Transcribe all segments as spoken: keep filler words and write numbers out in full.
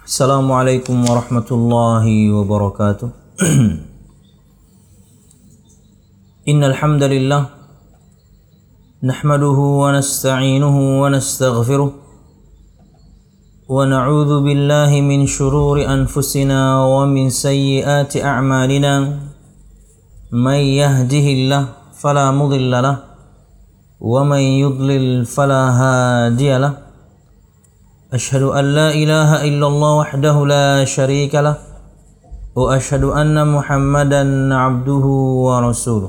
Assalamualaikum warahmatullahi wabarakatuh. Innal hamdalillah nahmaduhu wa nasta'inuhu wa nastaghfiruh wa na'udzu billahi min shururi anfusina wa min sayyiati a'malina. May yahdihillahu fala mudilla lahu wa may yudlil fala hadiya lahu. Asyhadu an la ilaha illallah wahdahu la syarika lah wa asyhadu anna Muhammadan abduhu wa rasuluh.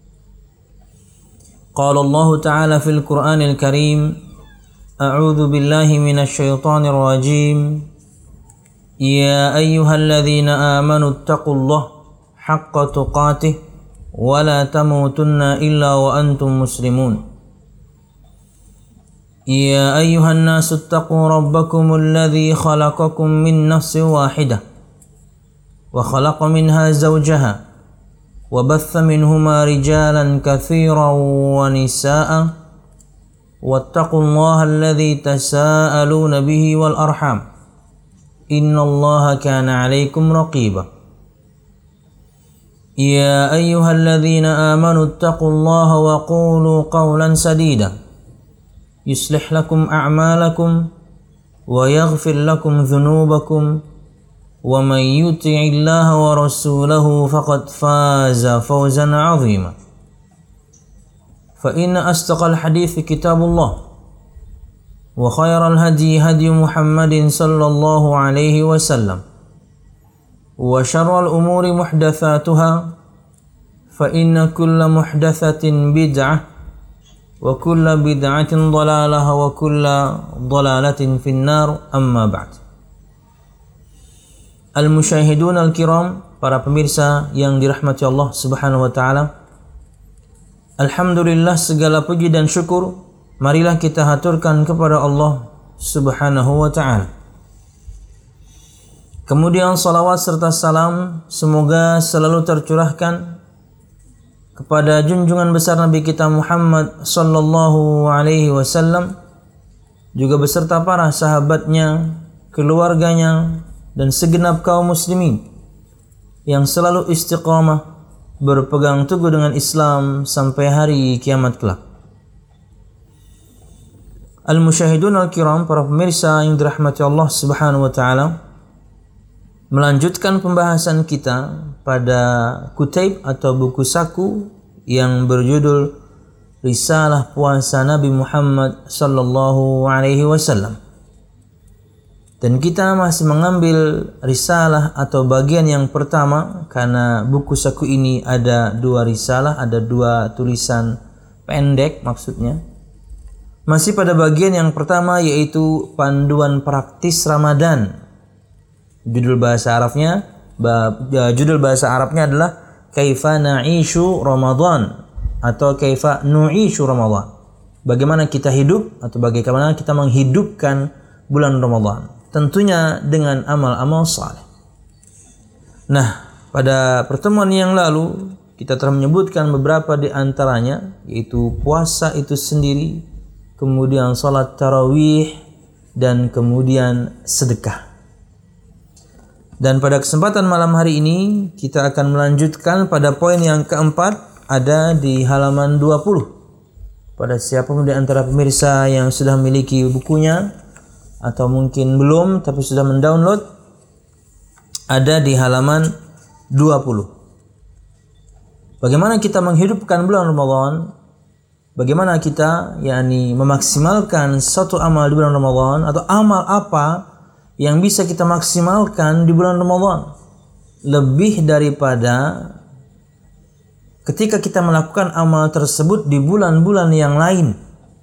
Qala Allah Ta'ala fil Qur'anil Karim, a'udzu billahi minasy syaithanir rajim. Ya ayyuhalladzina amanu taqullaha haqqa tuqatih wa la tamutunna illa wa antum muslimun. يا أيها الناس اتقوا ربكم الذي خلقكم من نفس واحدة وخلق منها زوجها وبث منهما رجالا كثيرا ونساء واتقوا الله الذي تساءلون به والأرحام إن الله كان عليكم رقيبا يا أيها الذين آمنوا اتقوا الله وقولوا قولا سديدا يصلح لكم أعمالكم ويغفر لكم ذنوبكم ومن يطع الله ورسوله فقد فاز فوزا عظيما فإن أصدق الحديث كتاب الله وخير الهدي هدي محمد صلى الله عليه وسلم وشر الأمور محدثاتها فإن كل محدثة بدعة wa kullu bid'atin dhalalah wa kullu dhalalatin finnar, amma ba'd. Al-musyahidun al-kiram, para pemirsa yang dirahmati Allah Subhanahu wa taala. Alhamdulillah, segala puji dan syukur marilah kita haturkan kepada Allah Subhanahu wa taala. Kemudian salawat serta salam semoga selalu tercurahkan kepada junjungan besar Nabi kita Muhammad sallallahu alaihi wasallam, juga beserta para sahabatnya, keluarganya, dan segenap kaum muslimin yang selalu istiqamah berpegang teguh dengan Islam sampai hari kiamat kelak. Al-musyahidun al-kiram, para pemirsa yang dirahmati Allah Subhanahu wa taala, melanjutkan pembahasan kita pada kutaib atau buku saku yang berjudul Risalah Puasa Nabi Muhammad sallallahu alaihi wasallam. Dan kita masih mengambil risalah atau bagian yang pertama, karena buku saku ini ada dua risalah, ada dua tulisan pendek maksudnya. Masih pada bagian yang pertama, yaitu panduan praktis Ramadan. Judul bahasa Arabnya judul bahasa Arabnya adalah Kaifa Na'ishu Ramadan atau Kaifa Nu'ishu Ramadan. Bagaimana kita hidup atau bagaimana kita menghidupkan bulan Ramadan, tentunya dengan amal-amal saleh. Nah, pada pertemuan yang lalu kita telah menyebutkan beberapa di antaranya, yaitu puasa itu sendiri, kemudian salat tarawih, dan kemudian sedekah. Dan pada kesempatan malam hari ini kita akan melanjutkan pada poin yang keempat, ada di halaman dua puluh. Pada siapa di antara pemirsa yang sudah memiliki bukunya atau mungkin belum tapi sudah mendownload, ada di halaman dua puluh. Bagaimana kita menghidupkan bulan Ramadan? Bagaimana kita yakni memaksimalkan satu amal di bulan Ramadan, atau amal apa yang bisa kita maksimalkan di bulan Ramadan lebih daripada ketika kita melakukan amal tersebut di bulan-bulan yang lain.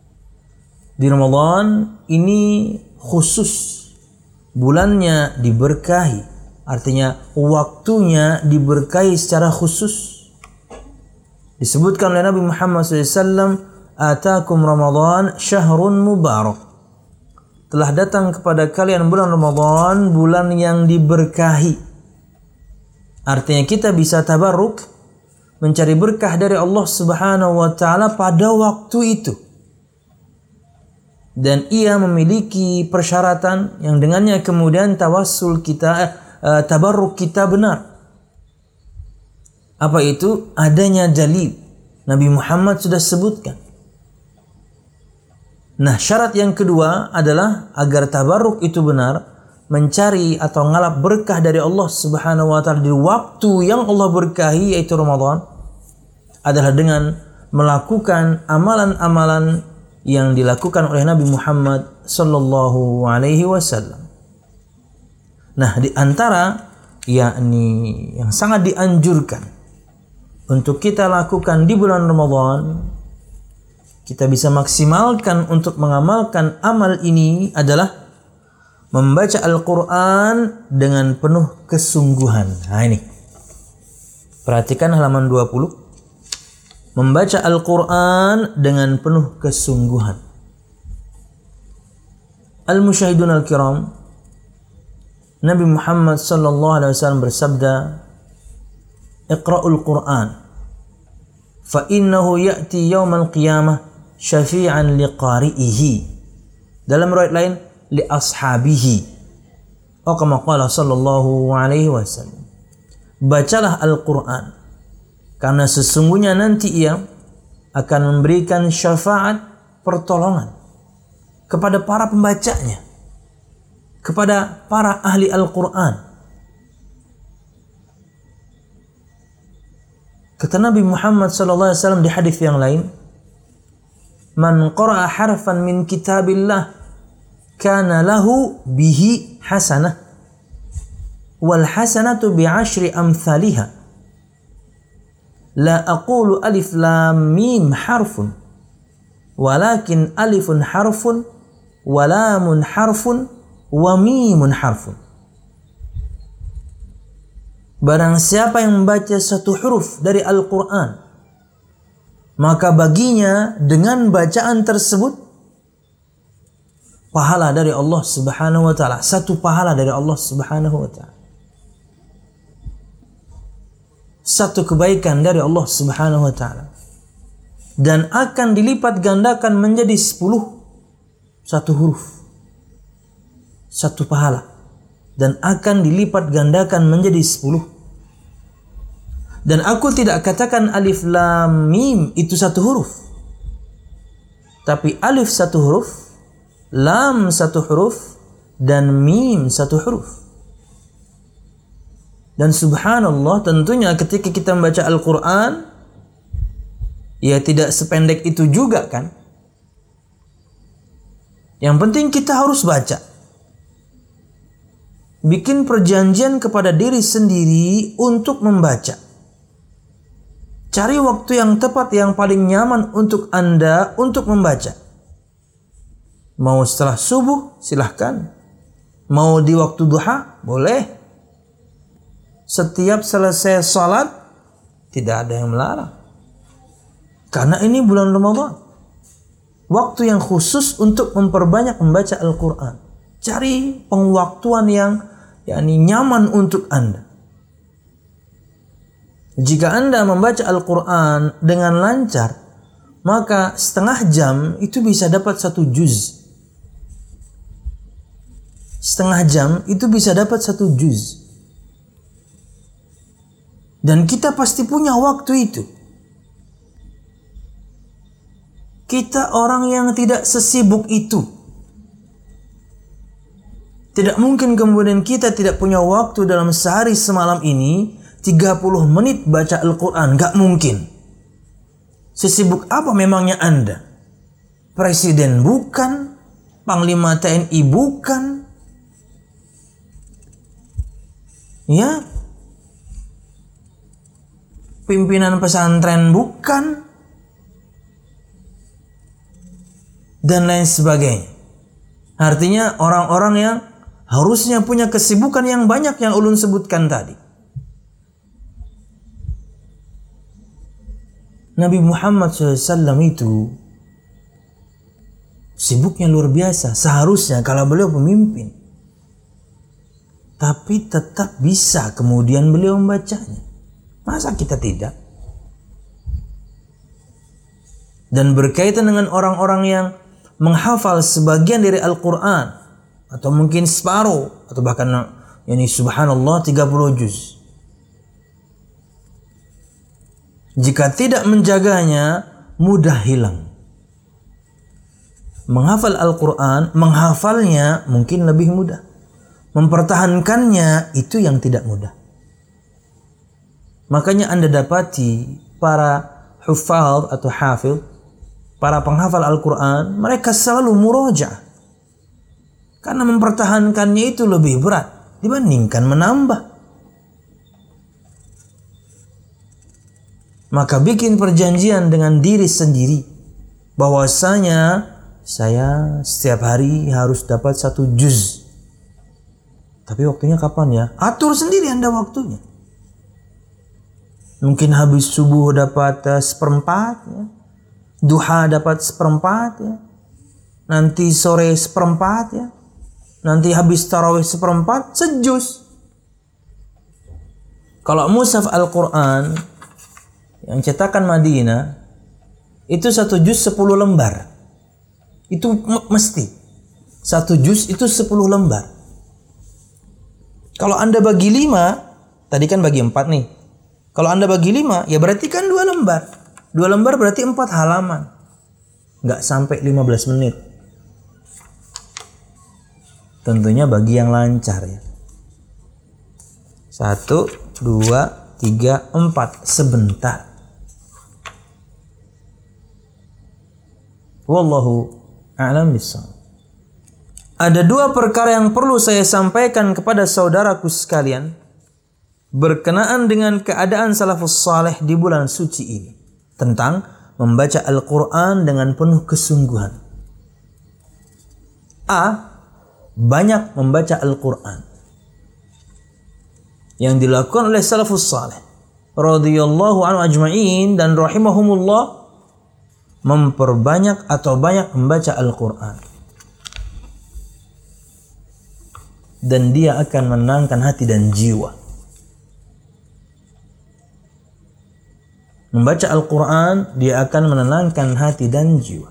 Di Ramadan ini khusus, bulannya diberkahi, artinya waktunya diberkahi secara khusus. Disebutkan oleh Nabi Muhammad shallallahu alaihi wasallam, "Atakum Ramadan syahrun mubarak." Telah datang kepada kalian bulan Ramadan, bulan yang diberkahi. Artinya kita bisa tabarruk, mencari berkah dari Allah Subhanahu wa taala pada waktu itu. dan ia memiliki persyaratan yang dengannya kemudian tawassul kita, eh, tabarruk kita benar. Apa itu? Adanya dalil. Nabi Muhammad sudah sebutkan. Nah, syarat yang kedua adalah agar tabarruk itu benar, mencari atau ngalap berkah dari Allah Subhanahu wa taala di waktu yang Allah berkahi yaitu Ramadan, adalah dengan melakukan amalan-amalan yang dilakukan oleh Nabi Muhammad sallallahu alaihi wasallam. Nah, di antara yakni yang sangat dianjurkan untuk kita lakukan di bulan Ramadan, kita bisa maksimalkan untuk mengamalkan amal ini adalah membaca Al-Quran dengan penuh kesungguhan. Nah ini, perhatikan halaman dua puluh. Membaca Al-Quran dengan penuh kesungguhan. Al-Musyahidun Al-Kiram, Nabi Muhammad sallallahu alaihi wasallam bersabda, Iqra'ul Quran, fa innahu ya'ti yawmal qiyamah syafi'an liqari'ihi. Dalam riwayat lain, li ashabihi. Oh, kama qala sallallahu alaihi wasallam. Bacalah Al-Quran, karena sesungguhnya nanti ia akan memberikan syafaat, pertolongan kepada para pembacanya, kepada para ahli Al-Quran. Kata Nabi Muhammad sallallahu alaihi wasallam di hadis yang lain, "Man qara'a harfan min kitabillah kana lahu bihi hasanah wal hasanatu bi'ashri amthaliha. La aqulu alif lam mim harfun walakin alifun harfun wa lamun harfun wa mimun harfun." Barang siapa yang membaca satu huruf dari Al-Quran, maka baginya dengan bacaan tersebut pahala dari Allah Subhanahu wa taala, satu pahala dari Allah Subhanahu wa taala, satu kebaikan dari Allah Subhanahu wa taala, dan akan dilipat gandakan menjadi sepuluh. Satu huruf, satu pahala, dan akan dilipat gandakan menjadi sepuluh. Dan aku tidak katakan alif lam mim itu satu huruf, tapi alif satu huruf, lam satu huruf, dan mim satu huruf. Dan subhanallah, tentunya ketika kita membaca Al-Quran, ya tidak sependek itu juga kan. Yang penting kita harus baca. Bikin perjanjian kepada diri sendiri untuk membaca. Cari waktu yang tepat, yang paling nyaman untuk Anda untuk membaca. Mau setelah subuh, silahkan. Mau di waktu duha, boleh. Setiap selesai salat, tidak ada yang melarang. Karena ini bulan Ramadan, waktu yang khusus untuk memperbanyak membaca Al-Quran. Cari pengwaktuan yang yakni nyaman untuk Anda. Jika Anda membaca Al-Quran dengan lancar, maka setengah jam itu bisa dapat satu juz. Setengah jam itu bisa dapat satu juz. Dan kita pasti punya waktu itu. Kita orang yang tidak sesibuk itu. Tidak mungkin kemudian kita tidak punya waktu dalam sehari semalam ini tiga puluh menit baca Al-Quran. Gak mungkin. Sesibuk apa memangnya Anda? Presiden bukan, Panglima T N I bukan, ya, pimpinan pesantren bukan, dan lain sebagainya. Artinya orang-orang yang harusnya punya kesibukan yang banyak yang ulun sebutkan tadi. Nabi Muhammad shallallahu alaihi wasallam itu sibuknya luar biasa. Seharusnya kalau beliau pemimpin, tapi tetap bisa kemudian beliau membacanya. Masa kita tidak? Dan berkaitan dengan orang-orang yang menghafal sebagian dari Al-Quran, atau mungkin separuh, atau bahkan yani subhanallah tiga puluh juz. Jika tidak menjaganya, mudah hilang. Menghafal Al-Quran, menghafalnya mungkin lebih mudah. Mempertahankannya itu yang tidak mudah. Makanya Anda dapati para hufaz atau hafil, para penghafal Al-Quran, mereka selalu murojaah. Karena mempertahankannya itu lebih berat dibandingkan menambah. Maka bikin perjanjian dengan diri sendiri bahwasanya saya setiap hari harus dapat satu juz. Tapi waktunya kapan ya? Atur sendiri Anda waktunya. Mungkin habis subuh dapat uh, seperempat ya. Duha dapat seperempat ya. Nanti sore seperempat ya. Nanti habis tarawih seperempat, sejuz. Kalau mushaf Al-Quran yang cetakan Madinah itu satu juz sepuluh lembar. Itu mesti. Satu juz itu sepuluh lembar. Kalau Anda bagi lima, tadi kan bagi empat nih. Kalau Anda bagi lima, ya berarti kan dua lembar. Dua lembar berarti empat halaman. Nggak sampai lima belas menit. Tentunya bagi yang lancar ya. Satu, dua, tiga, empat. Sebentar. Wallahu a'lam bishawab. Ada dua perkara yang perlu saya sampaikan kepada saudaraku sekalian berkenaan dengan keadaan salafus saleh di bulan suci ini, tentang membaca Al-Quran dengan penuh kesungguhan. A. Banyak membaca Al-Quran. Yang dilakukan oleh salafus saleh radhiyallahu anhu ajma'in dan rahimahumullah, memperbanyak atau banyak membaca Al-Quran. Dan dia akan menenangkan hati dan jiwa. Membaca Al-Quran, dia akan menenangkan hati dan jiwa.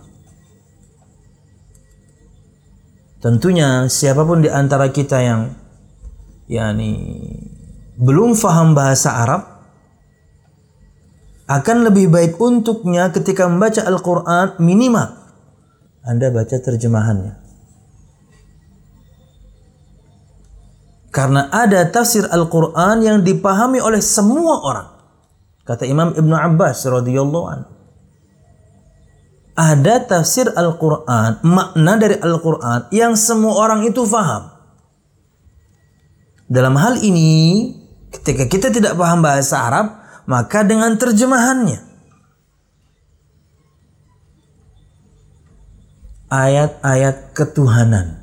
Tentunya siapapun di antara kita yang yakni belum faham bahasa Arab, akan lebih baik untuknya ketika membaca Al-Quran minimal Anda baca terjemahannya. Karena ada tafsir Al-Quran yang dipahami oleh semua orang. Kata Imam Ibnu Abbas radhiyallahu anhu, ada tafsir Al-Quran, makna dari Al-Quran yang semua orang itu faham. Dalam hal ini, ketika kita tidak paham bahasa Arab, maka dengan terjemahannya. Ayat-ayat ketuhanan.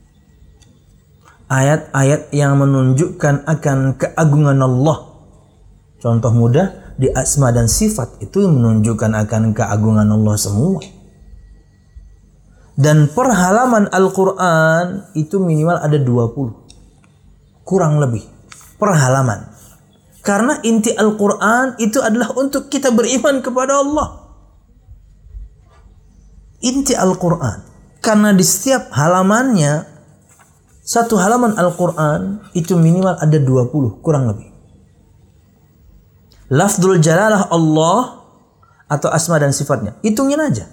Ayat-ayat yang menunjukkan akan keagungan Allah. Contoh mudah, di asma dan sifat itu menunjukkan akan keagungan Allah semua. Dan per halaman Al-Quran itu minimal ada dua puluh. Kurang lebih. Per halaman. Karena inti Al-Quran itu adalah untuk kita beriman kepada Allah. Inti Al-Quran. Karena di setiap halamannya, satu halaman Al-Quran itu minimal ada dua puluh, kurang lebih. Lafdzul jalalah Allah atau asma dan sifatnya, hitungin aja.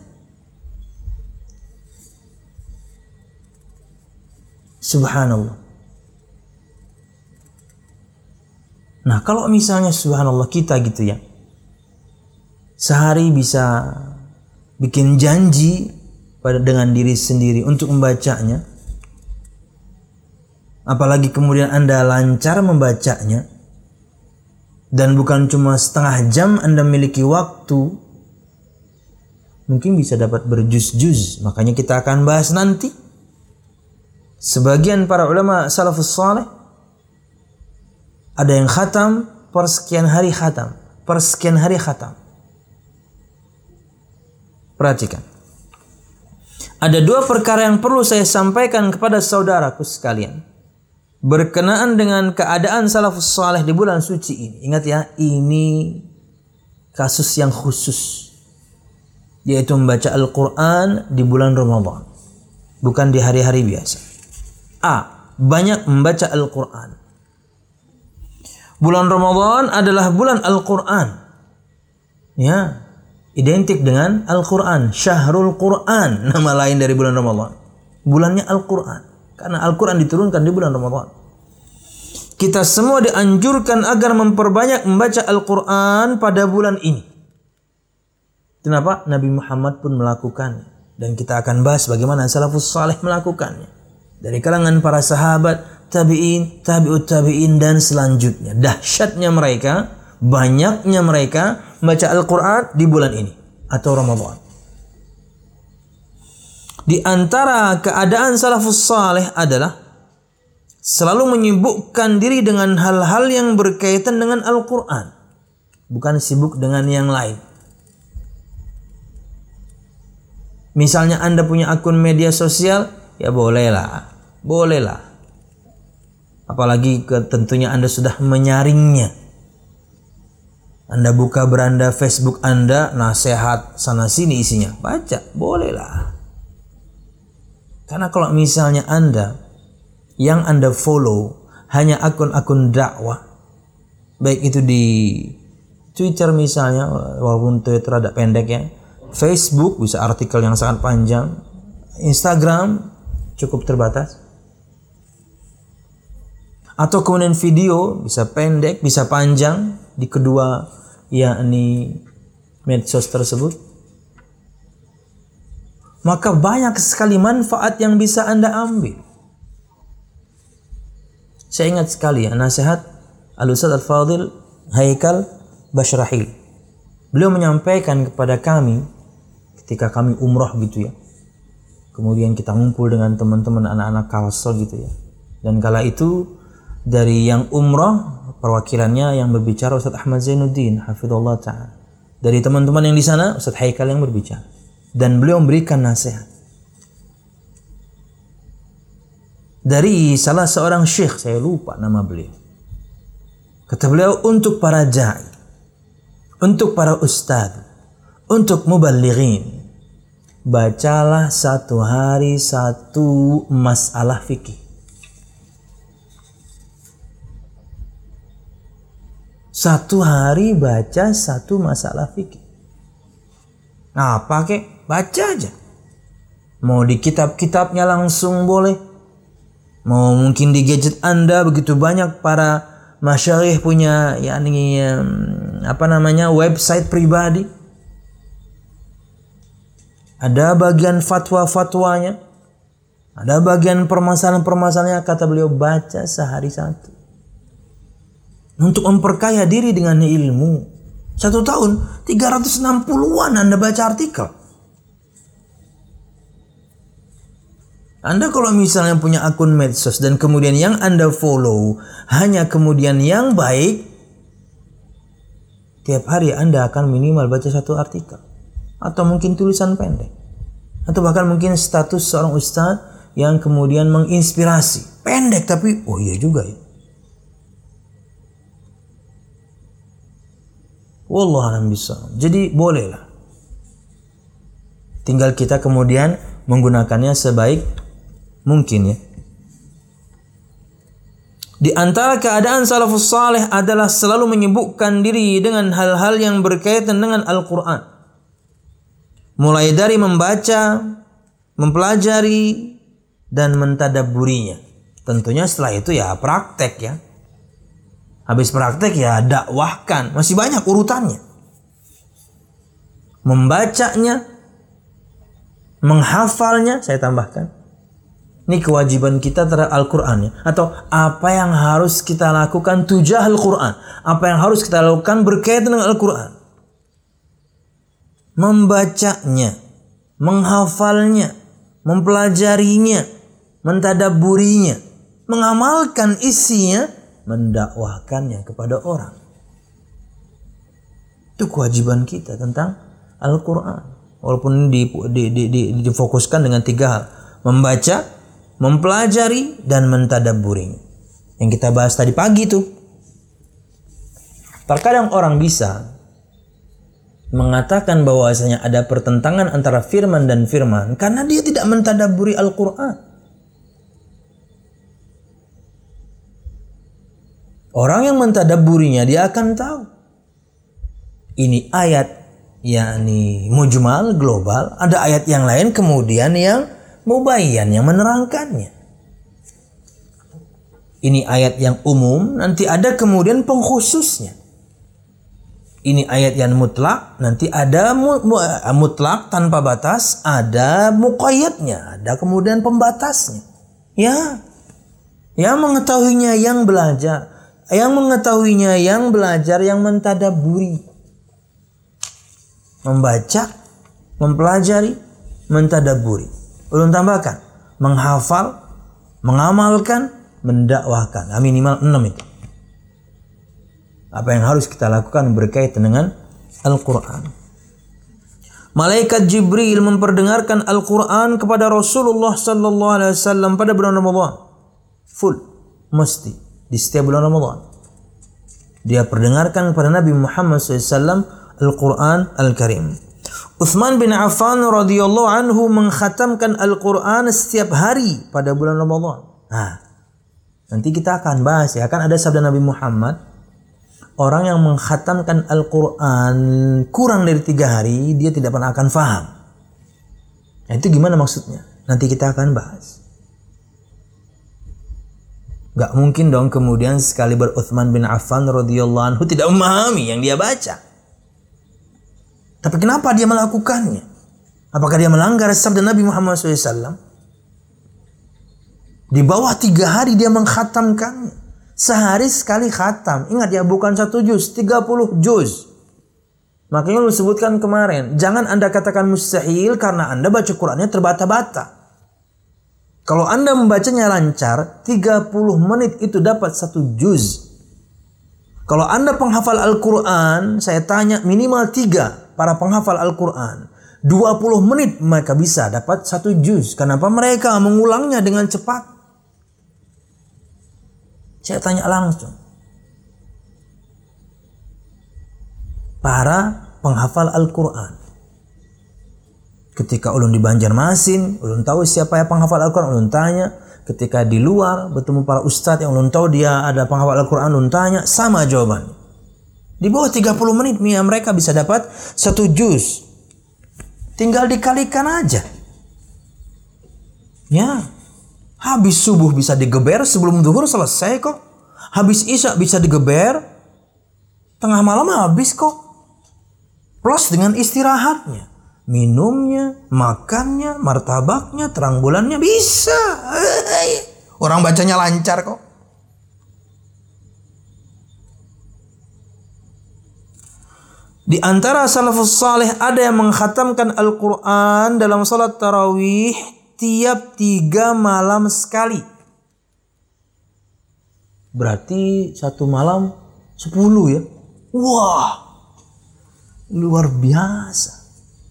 Subhanallah. Nah, kalau misalnya subhanallah kita gitu ya, sehari bisa bikin janji pada dengan diri sendiri untuk membacanya, apalagi kemudian Anda lancar membacanya, dan bukan cuma setengah jam Anda memiliki waktu, mungkin bisa dapat berjuz-juz. Makanya kita akan bahas nanti. Sebagian para ulama salafus saleh, ada yang khatam per sekian hari khatam, per sekian hari khatam. Perhatikan. Ada dua perkara yang perlu saya sampaikan kepada saudaraku sekalian berkenaan dengan keadaan salafus saleh di bulan suci ini. Ingat ya, ini kasus yang khusus. yaitu membaca Al-Quran di bulan Ramadan, bukan di hari-hari biasa. A. Banyak membaca Al-Quran. Bulan Ramadan adalah bulan Al-Quran. Ya, identik dengan Al-Quran. Syahrul Quran, nama lain dari bulan Ramadan. Bulannya Al-Quran. Karena Al-Quran diturunkan di bulan Ramadan. Kita semua dianjurkan agar memperbanyak membaca Al-Quran pada bulan ini. Kenapa? Nabi Muhammad pun melakukannya. Dan kita akan bahas bagaimana salafus saleh melakukannya. Dari kalangan para sahabat, tabi'in, tabi'ut tabi'in, dan selanjutnya. Dahsyatnya mereka, banyaknya mereka membaca Al-Quran di bulan ini. Atau Ramadan. Di antara keadaan salafus saleh adalah selalu menyibukkan diri dengan hal-hal yang berkaitan dengan Al-Quran. Bukan sibuk dengan yang lain. Misalnya Anda punya akun media sosial, ya bolehlah, bolehlah. Apalagi ke, tentunya Anda sudah menyaringnya. Anda buka beranda Facebook Anda, nasihat sana sini isinya, baca, bolehlah. Karena kalau misalnya Anda yang Anda follow hanya akun-akun dakwah, baik itu di Twitter misalnya, walaupun Twitter ada pendek ya, Facebook bisa artikel yang sangat panjang, Instagram cukup terbatas, atau kemudian video bisa pendek, bisa panjang di kedua yakni medsos tersebut, maka banyak sekali manfaat yang bisa Anda ambil. Saya ingat sekali ya nasihat Al-Ustadz Al-Fadhil Haikal Bashrahil. Beliau menyampaikan kepada kami ketika kami umrah gitu ya. Kemudian kita ngumpul dengan teman-teman anak-anak Kalsel gitu ya. Dan kala itu dari yang umrah perwakilannya yang berbicara Ustadz Ahmad Zainuddin hafizallahu ta'ala. Dari teman-teman yang di sana Ustadz Haikal yang berbicara. Dan beliau memberikan nasihat. Dari salah seorang syekh, saya lupa nama beliau. Kata beliau, untuk para da'i, untuk para ustadz, untuk muballighin, bacalah satu hari satu masalah fikih. Satu hari baca satu masalah fikih. Apa kek? Baca aja. Mau di kitab-kitabnya langsung boleh. Mau mungkin di gadget Anda, begitu banyak para masyayikh punya yakni apa namanya website pribadi. Ada bagian fatwa-fatwanya, ada bagian permasalahan-permasalahannya. Kata beliau, baca sehari satu untuk memperkaya diri dengan ilmu. Satu tahun tiga ratus enam puluhan Anda baca artikel. Anda kalau misalnya punya akun medsos dan kemudian yang Anda follow hanya kemudian yang baik, tiap hari Anda akan minimal baca satu artikel. Atau mungkin tulisan pendek. Atau bahkan mungkin status seorang ustadz yang kemudian menginspirasi. Pendek tapi, oh iya juga ya. Wallahualam bishawab. Jadi bolehlah. Tinggal kita kemudian menggunakannya sebaik mungkin ya. Di antara keadaan salafus saleh adalah selalu menyibukkan diri dengan hal-hal yang berkaitan dengan Al-Quran. Mulai dari membaca, mempelajari, dan mentadabburinya. Tentunya setelah itu ya praktek ya. Habis praktek ya dakwahkan. Masih banyak urutannya. Membacanya, menghafalnya, saya tambahkan. Ini kewajiban kita terhadap Al-Quran ya. Atau apa yang harus kita lakukan tujah Al-Quran. Apa yang harus kita lakukan berkaitan dengan Al-Quran. Membacanya, menghafalnya, mempelajarinya, mentadabburinya, mengamalkan isinya, mendakwahkannya kepada orang. Itu kewajiban kita tentang Al-Quran. Walaupun di, di, di, di, difokuskan dengan tiga hal. Membaca, mempelajari, dan mentadabburinya. Yang kita bahas tadi pagi tuh. Terkadang orang bisa mengatakan bahwasanya ada pertentangan antara firman dan firman karena dia tidak mentadabburi Al-Quran. Orang yang mentadabburinya dia akan tahu. Ini ayat yakni mujmal, global, ada ayat yang lain kemudian yang mubayyan, yang menerangkannya. Ini ayat yang umum, nanti ada kemudian pengkhususnya. Ini ayat yang mutlak, nanti ada mutlak tanpa batas, ada muqayyadnya, ada kemudian pembatasnya. Ya, yang mengetahuinya yang belajar, yang mengetahuinya yang belajar, yang mentadabburi, membaca, mempelajari, mentadabburi. Ulun tambahkan, menghafal, mengamalkan, mendakwahkan. Nah, minimal enam itu. Apa yang harus kita lakukan berkaitan dengan Al-Quran. Malaikat Jibril memperdengarkan Al-Quran kepada Rasulullah sallallahu alaihi wasallam pada bulan Ramadan. Full, mesti di setiap bulan Ramadan. Dia perdengarkan kepada Nabi Muhammad sallallahu alaihi wasallam Al-Quran Al-Karim. Utsman bin Affan radhiyallahu anhu mengkhatamkan Al-Quran setiap hari pada bulan Ramadan. Nah, nanti kita akan bahas ya, kan ada sabda Nabi Muhammad, orang yang mengkhatamkan Al-Quran kurang dari tiga hari, dia tidak pernah akan faham. Nah, itu gimana maksudnya? Nanti kita akan bahas. Gak mungkin dong kemudian sekali Utsman bin Affan radhiyallahu anhu tidak memahami yang dia baca. Tapi kenapa dia melakukannya? Apakah dia melanggar sabda Nabi Muhammad shallallahu alaihi wasallam? Di bawah tiga hari dia mengkhatamkannya. Sehari sekali khatam. Ingat ya, bukan satu juz, tiga puluh juz. Makanya lu sebutkan kemarin, jangan Anda katakan mustahil karena Anda baca Qur'annya terbata-bata. Kalau Anda membacanya lancar, tiga puluh menit itu dapat satu juz. Kalau Anda penghafal Al-Quran, saya tanya minimal tiga para penghafal Al-Quran. dua puluh menit mereka bisa dapat satu juz. Kenapa mereka mengulangnya dengan cepat? Saya tanya langsung. Para penghafal Al-Quran. Ketika ulun di Banjarmasin, ulun tahu siapa yang penghafal Al-Quran, ulun tanya. Ketika di luar bertemu para ustadz yang ulun tahu dia ada penghafal Al-Quran, ulun tanya, sama jawabannya. Di bawah tiga puluh menit mereka bisa dapat satu juz. Tinggal dikalikan aja. Ya. Habis subuh bisa digeber, sebelum zuhur selesai kok. Habis isya bisa digeber, tengah malam habis kok. Plus dengan istirahatnya. Minumnya, makannya, martabaknya, terang bulannya bisa. Orang bacanya lancar kok. Di antara salafus saleh ada yang mengkhatamkan Al-Quran dalam salat tarawih tiap tiga malam sekali. Berarti satu malam sepuluh ya. Wah, luar biasa.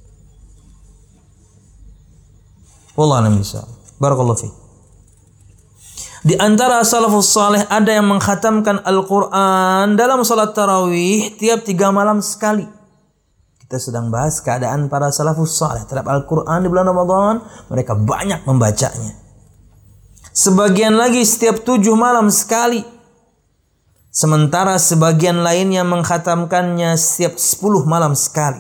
Wallahu a'lam bishawab. Barakallahu fiik. Di antara salafus saleh ada yang mengkhatamkan Al-Quran dalam salat tarawih tiap tiga malam sekali. Kita sedang bahas keadaan para salafus saleh terhadap Al-Quran di bulan Ramadan. Mereka banyak membacanya. Sebagian lagi setiap tujuh malam sekali. Sementara sebagian lainnya mengkhatamkannya setiap sepuluh malam sekali.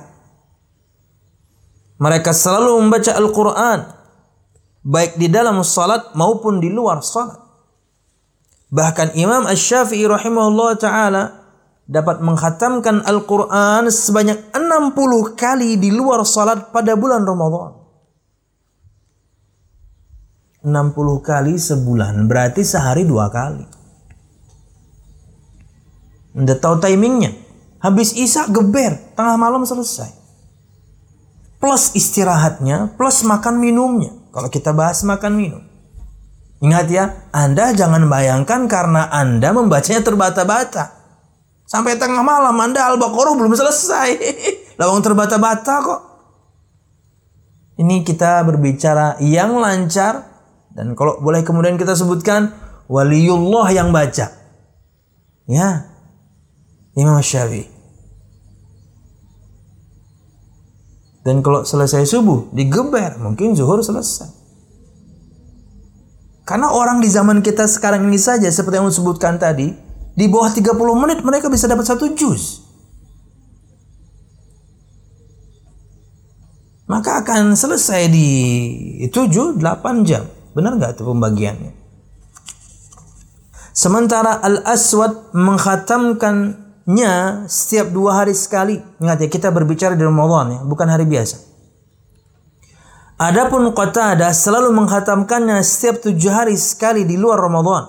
Mereka selalu membaca Al-Quran, baik di dalam salat maupun di luar salat. Bahkan Imam Asy-Syafi'i rahimahullah ta'ala dapat mengkhatamkan Al-Quran sebanyak enam puluh kali di luar salat pada bulan Ramadan. enam puluh kali sebulan, berarti sehari dua kali. Anda tahu timingnya. Habis isya geber, tengah malam selesai. Plus istirahatnya, plus makan minumnya. Kalau kita bahas makan minum. Ingat ya, Anda jangan bayangkan karena Anda membacanya terbata-bata. Sampai tengah malam Anda Al-Baqarah belum selesai. Lawang terbata-bata kok. Ini kita berbicara yang lancar. Dan kalau boleh kemudian kita sebutkan, waliullah yang baca. Ya, Imam Syafi'i. Dan kalau selesai subuh digeber, mungkin zuhur selesai. Karena orang di zaman kita sekarang ini saja seperti yang disebutkan tadi, di bawah tiga puluh menit mereka bisa dapat satu juz. Maka akan selesai di tujuh delapan jam. Benar nggak itu pembagiannya? Sementara Al-Aswad menghatamkannya setiap dua hari sekali. Ingat ya, kita berbicara di Ramadan ya, bukan hari biasa. Adapun Qatadah selalu menghatamkannya setiap tujuh hari sekali di luar Ramadan.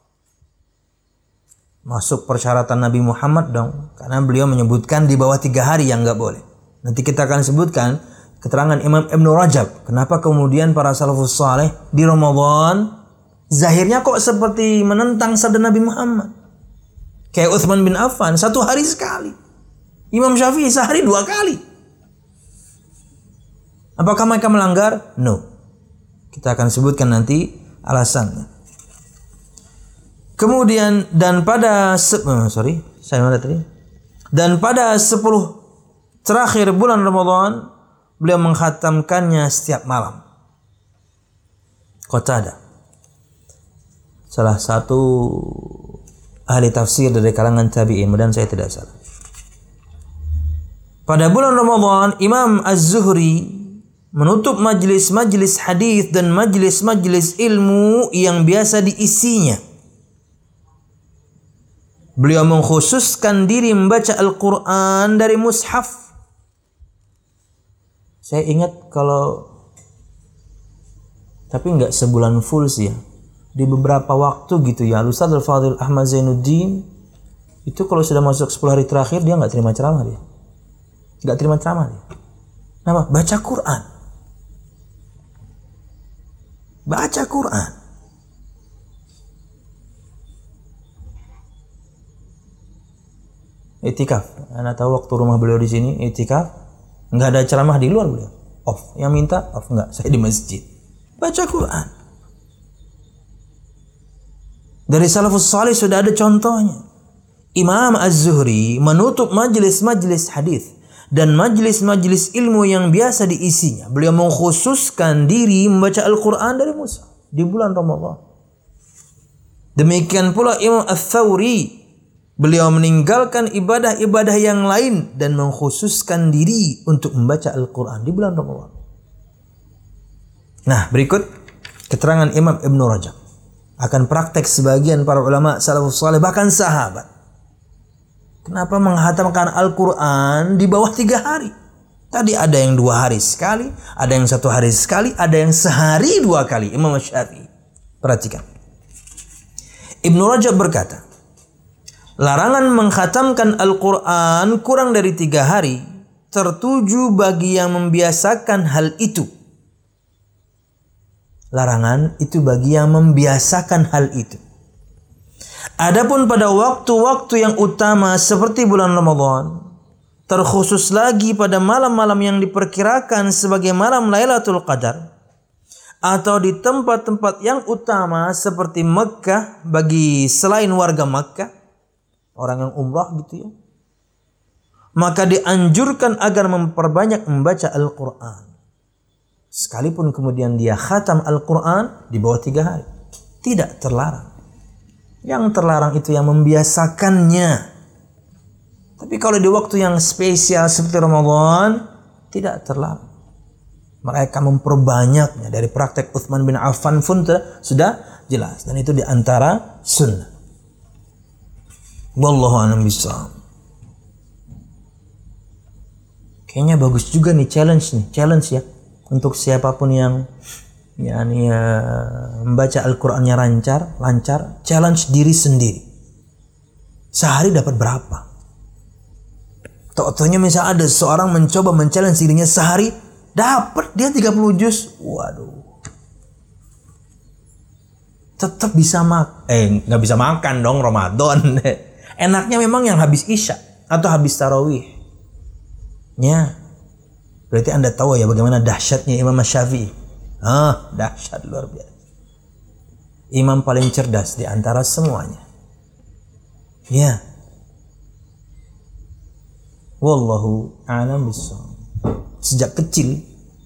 Masuk persyaratan Nabi Muhammad dong, karena beliau menyebutkan di bawah tiga hari yang nggak boleh. Nanti kita akan sebutkan keterangan Imam Ibn Rajab. Kenapa kemudian para salafus saleh di Ramadan zahirnya kok seperti menentang sabda Nabi Muhammad. Kayak Utsman bin Affan satu hari sekali. Imam Syafi'i sehari dua kali. Apakah mereka melanggar? No. Kita akan sebutkan nanti alasannya. Kemudian dan pada se- oh, sorry, saya mana tadi? Dan pada sepuluh terakhir bulan Ramadan beliau menghatamkannya setiap malam. Qatadah, salah satu ahli tafsir dari kalangan tabi'in, mudah-mudahan saya tidak salah. Pada bulan Ramadan, Imam Az-Zuhri menutup majlis-majlis hadis dan majlis-majlis ilmu yang biasa diisinya. Beliau mengkhususkan diri membaca Al-Quran dari mushaf. Saya ingat kalau, tapi nggak sebulan full sih ya. Di beberapa waktu gitu ya, Ustaz Al-Fadhil Ahmad Zainuddin itu kalau sudah masuk sepuluh hari terakhir dia nggak terima ceramah dia. Nggak terima ceramah dia. Kenapa? Baca Quran. Baca Quran. Itikaf. Anda tahu waktu rumah beliau di sini itikaf, nggak ada ceramah di luar beliau. Off. Yang minta off, nggak. Saya di masjid. Baca Quran. Dari salafus salih sudah ada contohnya. Imam Az-Zuhri menutup majlis-majlis hadis dan majlis-majlis ilmu yang biasa diisinya. Beliau mengkhususkan diri membaca Al-Quran dari mushaf di bulan Ramadan. Demikian pula Imam Ats-Tsauri, beliau meninggalkan ibadah-ibadah yang lain dan mengkhususkan diri untuk membaca Al-Quran di bulan Ramadan. Nah, berikut keterangan Imam Ibn Rajab akan praktek sebagian para ulama salafus saleh bahkan sahabat. Kenapa menghatamkan Al-Quran di bawah tiga hari? Tadi ada yang dua hari sekali, ada yang satu hari sekali, ada yang sehari dua kali. Imam Syafi'i. Perhatikan. Ibn Rajab berkata, larangan menghatamkan Al-Quran kurang dari tiga hari tertuju bagi yang membiasakan hal itu. Larangan itu bagi yang membiasakan hal itu. Adapun pada waktu-waktu yang utama seperti bulan Ramadan, terkhusus lagi pada malam-malam yang diperkirakan sebagai malam Lailatul Qadar, atau di tempat-tempat yang utama seperti Mekah bagi selain warga Mekah, orang yang umrah gitu ya, maka dianjurkan agar memperbanyak membaca Al-Quran. Sekalipun kemudian dia khatam Al-Quran di bawah tiga hari, tidak terlarang. Yang terlarang itu yang membiasakannya. Tapi kalau di waktu yang spesial seperti Ramadan, tidak terlarang. Mereka memperbanyaknya. Dari praktek Utsman bin Affan pun sudah jelas. Dan itu di antara sunnah. Wallahu a'lam bishawab. Kayaknya bagus juga nih challenge nih, challenge ya. Untuk siapapun yang yakni ya, membaca Al-Qur'annya lancar, lancar, challenge diri sendiri. Sehari dapat berapa? Tok-toknya misalnya ada seorang mencoba men-challenge dirinya sehari dapat dia tiga puluh juz. Waduh. Tetap bisa mak eh nggak bisa makan dong Ramadan. Enaknya memang yang habis Isya atau habis tarawih. Ya. Berarti Anda tahu ya bagaimana dahsyatnya Imam Syafi'i. Ah, dahsyat luar biasa. Imam paling cerdas di antara semuanya. Ya. Wallahu a'lam bishawab. sejak kecil.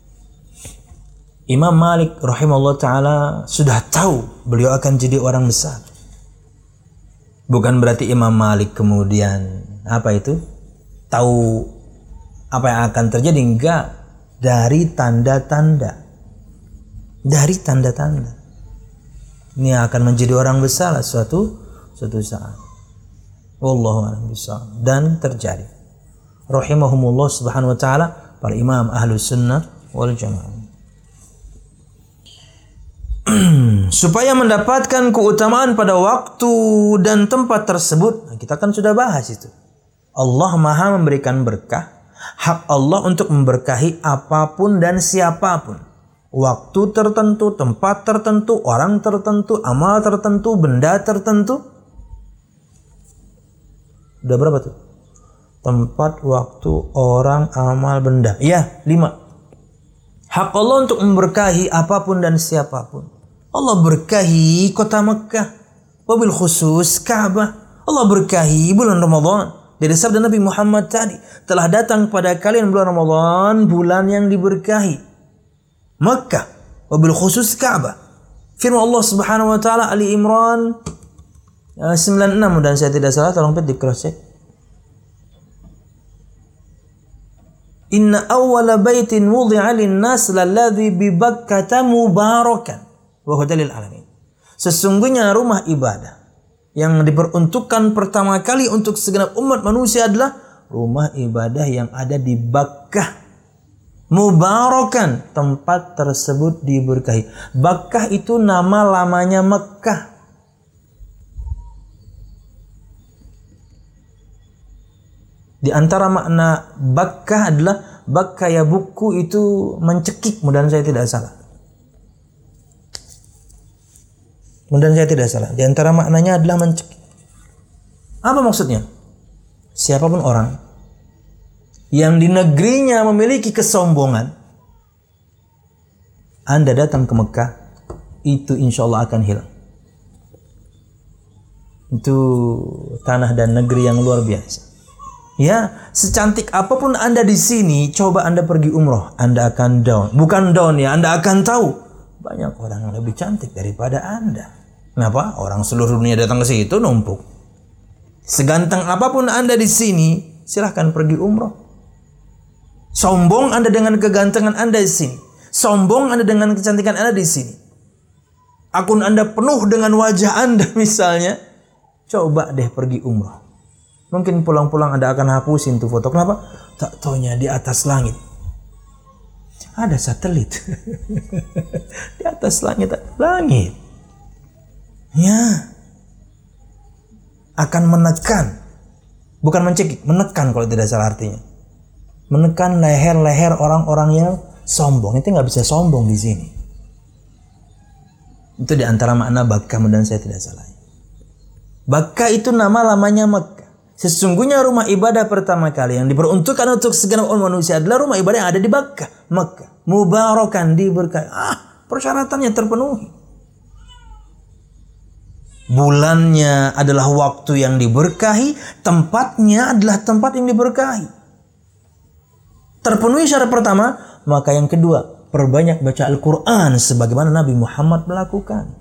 Imam Malik rahimahullah ta'ala sudah tahu beliau akan jadi orang besar. Bukan berarti Imam Malik kemudian apa itu? Tahu apa yang akan terjadi, enggak. Dari tanda-tanda. Dari tanda-tanda. Ini akan menjadi orang besar suatu suatu saat. Wallahu a'lam bishawab. Dan terjadi. Rahimahumullah subhanahu wa ta'ala, para imam ahlus sunnah wal jamaah. Supaya mendapatkan keutamaan pada waktu dan tempat tersebut, nah, kita kan sudah bahas itu. Allah Maha memberikan berkah, hak Allah untuk memberkahi apapun dan siapapun. Waktu tertentu, tempat tertentu, orang tertentu, amal tertentu, benda tertentu. Udah berapa tuh? Tempat, waktu, orang, amal, benda. Iya, lima. Hak Allah untuk memberkahi apapun dan siapapun. Allah berkahi kota Mekah, wabil khusus Ka'bah. Allah berkahi bulan Ramadan. Dari sabda Nabi Muhammad tadi, telah datang pada kalian bulan Ramadan, bulan yang diberkahi. Mekah, wabil khusus Ka'bah. Firman Allah Subhanahu wa taala Ali Imran sembilan puluh enam, dan saya tidak salah, tolong pet di cross check. Inna awwala baitin wudi'a lin-nas lalladzi bi Bakkah mubarakan wa hudalil alamin. Sesungguhnya rumah ibadah yang diperuntukkan pertama kali untuk segenap umat manusia adalah rumah ibadah yang ada di Bakkah. Mubarakan, tempat tersebut diberkahi. Bakkah itu nama lamanya Mekah. Di antara makna Bakkah adalah Bakkah ya buku itu mencekik, mudah saya tidak salah. Mudah saya tidak salah. Di antara maknanya adalah mencekik. Apa maksudnya? Siapapun orang yang di negerinya memiliki kesombongan, Anda datang ke Mekah, itu insya Allah akan hilang. Itu tanah dan negeri yang luar biasa. Ya, secantik apapun Anda di sini, coba Anda pergi umroh, Anda akan down. Bukan down ya, Anda akan tahu banyak orang yang lebih cantik daripada Anda. Kenapa? Orang seluruh dunia datang ke situ numpuk. Seganteng apapun Anda di sini, silahkan pergi umroh. Sombong Anda dengan kegantengan Anda di sini. Sombong Anda dengan kecantikan Anda di sini. Akun Anda penuh dengan wajah Anda misalnya. Coba deh pergi umroh. Mungkin pulang-pulang Anda akan hapusin tuh foto. Kenapa? Tak taunya di atas langit ada satelit. Di atas langit ada langit. Ya. Akan menekan. Bukan mencekik, menekan kalau tidak salah artinya. Menekan leher-leher orang-orang yang sombong. Itu nggak bisa sombong di sini. Itu di antara makna Bakkah, dan saya tidak salah. Bakkah itu nama lamanya Mekah. Sesungguhnya rumah ibadah pertama kali yang diperuntukkan untuk segenap umat manusia adalah rumah ibadah yang ada di Bakkah, Mekah. Mubarakan, diberkahi. Ah, persyaratannya terpenuhi. Bulannya adalah waktu yang diberkahi, tempatnya adalah tempat yang diberkahi. Terpenuhi syarat pertama, maka yang kedua, perbanyak baca Al-Quran sebagaimana Nabi Muhammad melakukan.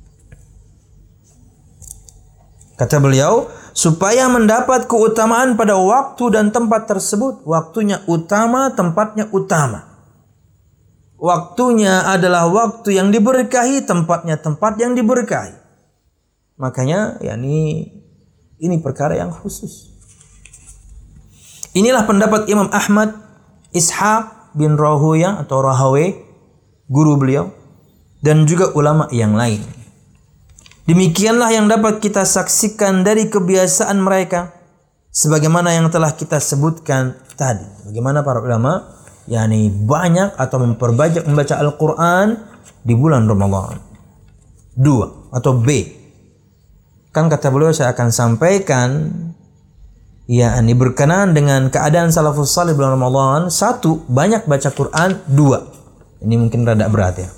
Kata beliau, supaya mendapat keutamaan pada waktu dan tempat tersebut, waktunya utama, tempatnya utama. Waktunya adalah waktu yang diberkahi, tempatnya tempat yang diberkahi. Makanya, yakni ini perkara yang khusus. Inilah pendapat Imam Ahmad Ishaq bin Rahuyah atau Rahawai, guru beliau, dan juga ulama yang lain. Demikianlah yang dapat kita saksikan dari kebiasaan mereka, sebagaimana yang telah kita sebutkan tadi. Bagaimana para ulama, yakni banyak atau memperbanyak membaca Al-Quran di bulan Ramadan. Dua atau B. Kan kata beliau, saya akan sampaikan, yakni berkenaan dengan keadaan salafus salih bulan Ramadan. Satu, banyak baca Quran. Dua, ini mungkin rada berat ya,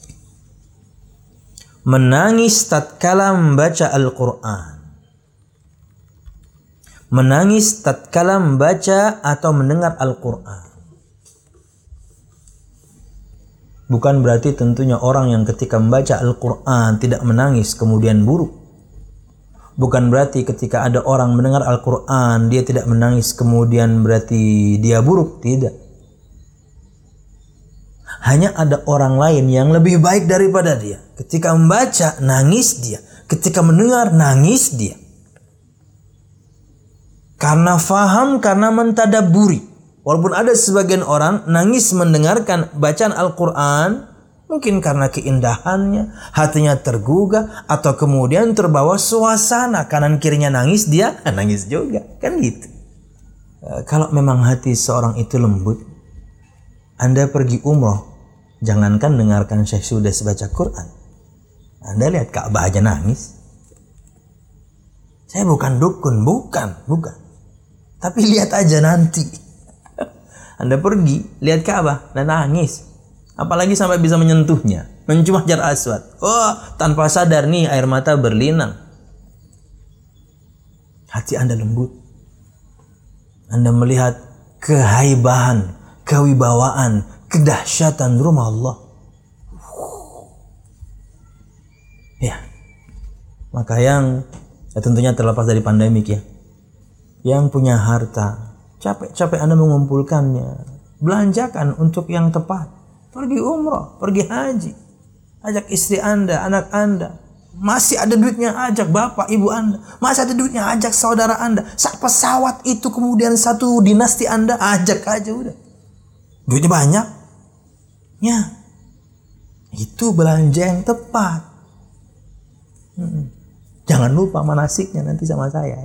menangis tatkala membaca Al-Quran. Menangis tatkala membaca atau mendengar Al-Quran. Bukan berarti tentunya orang yang ketika membaca Al-Quran tidak menangis kemudian buruk. Bukan berarti ketika ada orang mendengar Al-Quran dia tidak menangis kemudian berarti dia buruk. Tidak. Hanya ada orang lain yang lebih baik daripada dia. Ketika membaca nangis dia. Ketika mendengar nangis dia. Karena faham, karena mentadaburi. Walaupun ada sebagian orang nangis mendengarkan bacaan Al-Quran, mungkin karena keindahannya, hatinya tergugah, atau kemudian terbawa suasana, kanan kirinya nangis, dia nangis juga, kan gitu. E, kalau memang hati seorang itu lembut, Anda pergi umroh, jangankan dengarkan Syekh Sudes baca Quran, Anda lihat Ka'bah aja nangis. Saya bukan dukun, bukan, bukan. Tapi lihat aja nanti. Anda pergi, lihat Ka'bah, dan nangis. Apalagi sampai bisa menyentuhnya. Mencium Hajar Aswad. Oh, tanpa sadar nih air mata berlinang. Hati Anda lembut. Anda melihat kehaibahan, kewibawaan, kedahsyatan rumah Allah. Ya. Maka yang ya tentunya terlepas dari pandemik ya. Yang punya harta, capek-capek Anda mengumpulkannya, belanjakan untuk yang tepat. Pergi umrah, pergi haji, ajak istri Anda, anak Anda. Masih ada duitnya, ajak bapak, ibu Anda. Masih ada duitnya, ajak saudara Anda. Saat pesawat itu kemudian satu dinasti Anda, ajak aja udah. Duitnya banyak. Ya, itu belanja yang tepat. Hmm. Jangan lupa manasiknya nanti sama saya.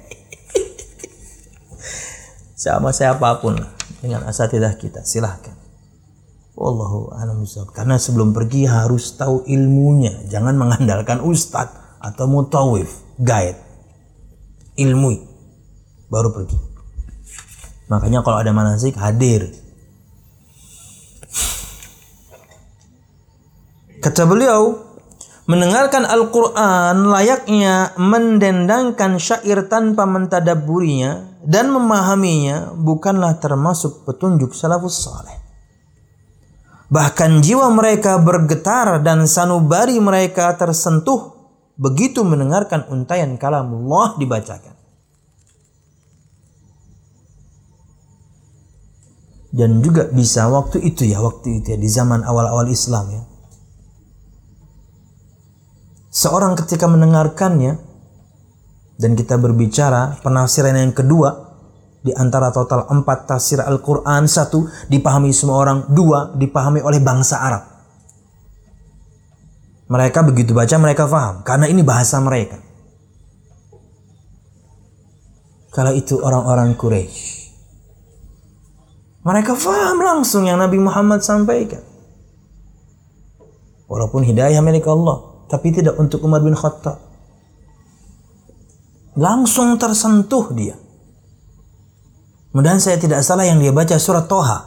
Sama siapapun dengan asatidzah kita, silahkan. Wallahu a'lam bishawab. Karena sebelum pergi harus tahu ilmunya, jangan mengandalkan ustadz atau mutawif, guide. Ilmui baru pergi. Makanya kalau ada manasik hadir. Kata beliau, mendengarkan Al-Quran layaknya mendendangkan syair tanpa mentadabburinya dan memahaminya bukanlah termasuk petunjuk salafus saleh. Bahkan jiwa mereka bergetar dan sanubari mereka tersentuh begitu mendengarkan untayan kalamullah dibacakan. Dan juga bisa waktu itu ya, waktu itu ya, di zaman awal-awal Islam ya. Seorang ketika mendengarkannya, dan kita berbicara penafsiran yang kedua di antara total empat tafsir Al-Quran, satu dipahami semua orang, dua dipahami oleh bangsa Arab. Mereka begitu baca mereka faham karena ini bahasa mereka. Kalau itu orang-orang Quraisy, mereka faham langsung yang Nabi Muhammad sampaikan. Walaupun hidayah milik Allah, tapi tidak untuk Umar bin Khattab. Langsung tersentuh dia. Mudah-mudahan saya tidak salah yang dia baca surat Toha.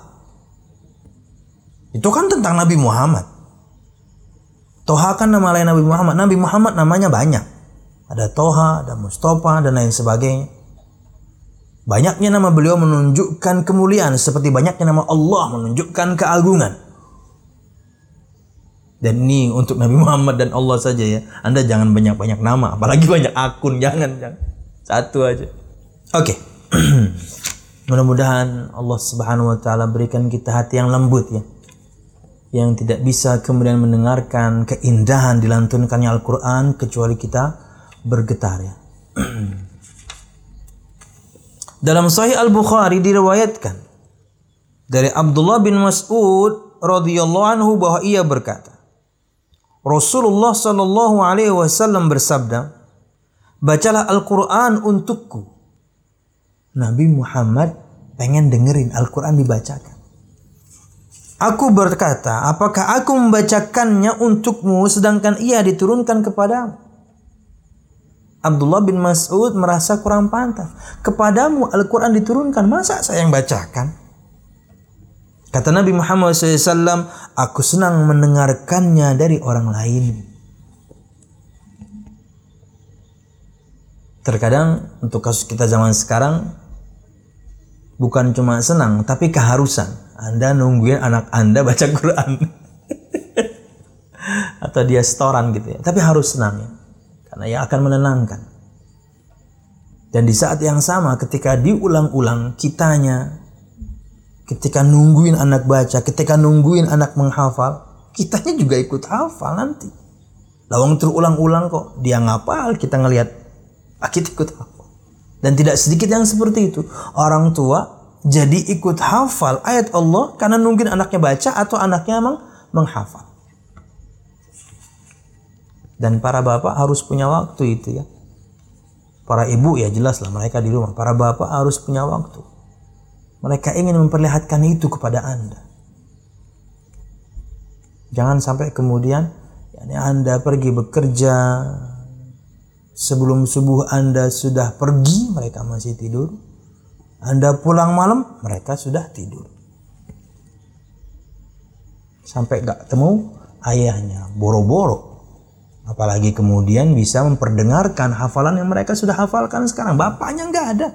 Itu kan tentang Nabi Muhammad. Toha kan nama lain Nabi Muhammad. Nabi Muhammad namanya banyak. Ada Toha, ada Mustafa, dan lain sebagainya. Banyaknya nama beliau menunjukkan kemuliaan. Seperti banyaknya nama Allah menunjukkan keagungan. Dan ini untuk Nabi Muhammad dan Allah saja ya. Anda jangan banyak-banyak nama. Apalagi banyak akun. Jangan. jangan. Satu aja. Oke. Okay. Mudah-mudahan Allah Subhanahu wa taala berikan kita hati yang lembut ya. Yang tidak bisa kemudian mendengarkan keindahan dilantunkannya Al-Qur'an kecuali kita bergetar ya. Dalam Sahih Al-Bukhari diriwayatkan dari Abdullah bin Mas'ud radhiyallahu anhu bahwa ia berkata, Rasulullah sallallahu alaihi wasallam bersabda, "Bacalah Al-Qur'an untukku." Nabi Muhammad pengen dengerin Al-Quran dibacakan. Aku berkata, apakah aku membacakannya untukmu sedangkan ia diturunkan kepadamu? Abdullah bin Mas'ud merasa kurang pantas. Kepadamu Al-Quran diturunkan, masa saya yang bacakan? Kata Nabi Muhammad shallallahu alaihi wasallam, aku senang mendengarkannya dari orang lain. Terkadang untuk kasus kita zaman sekarang, bukan cuma senang, tapi keharusan. Anda nungguin anak Anda baca Quran. atau dia setoran gitu ya. Tapi harus senang ya, karena yang akan menenangkan. Dan di saat yang sama ketika diulang-ulang kitanya, ketika nungguin anak baca, ketika nungguin anak menghafal, kitanya juga ikut hafal nanti. Lawang terulang-ulang kok, dia ngapal, kita ngelihat, ah, kita ikut hafal. Dan tidak sedikit yang seperti itu. Orang tua jadi ikut hafal ayat Allah karena nungguin anaknya baca atau anaknya emang menghafal. Dan para bapak harus punya waktu itu ya. Para ibu ya jelas lah mereka di rumah. Para bapak harus punya waktu. Mereka ingin memperlihatkan itu kepada Anda. Jangan sampai kemudian yakni Anda pergi bekerja, sebelum subuh Anda sudah pergi, mereka masih tidur. Anda pulang malam, mereka sudah tidur. Sampai gak ketemu ayahnya, boro-boro. Apalagi kemudian bisa memperdengarkan hafalan yang mereka sudah hafalkan sekarang. Bapaknya nggak ada.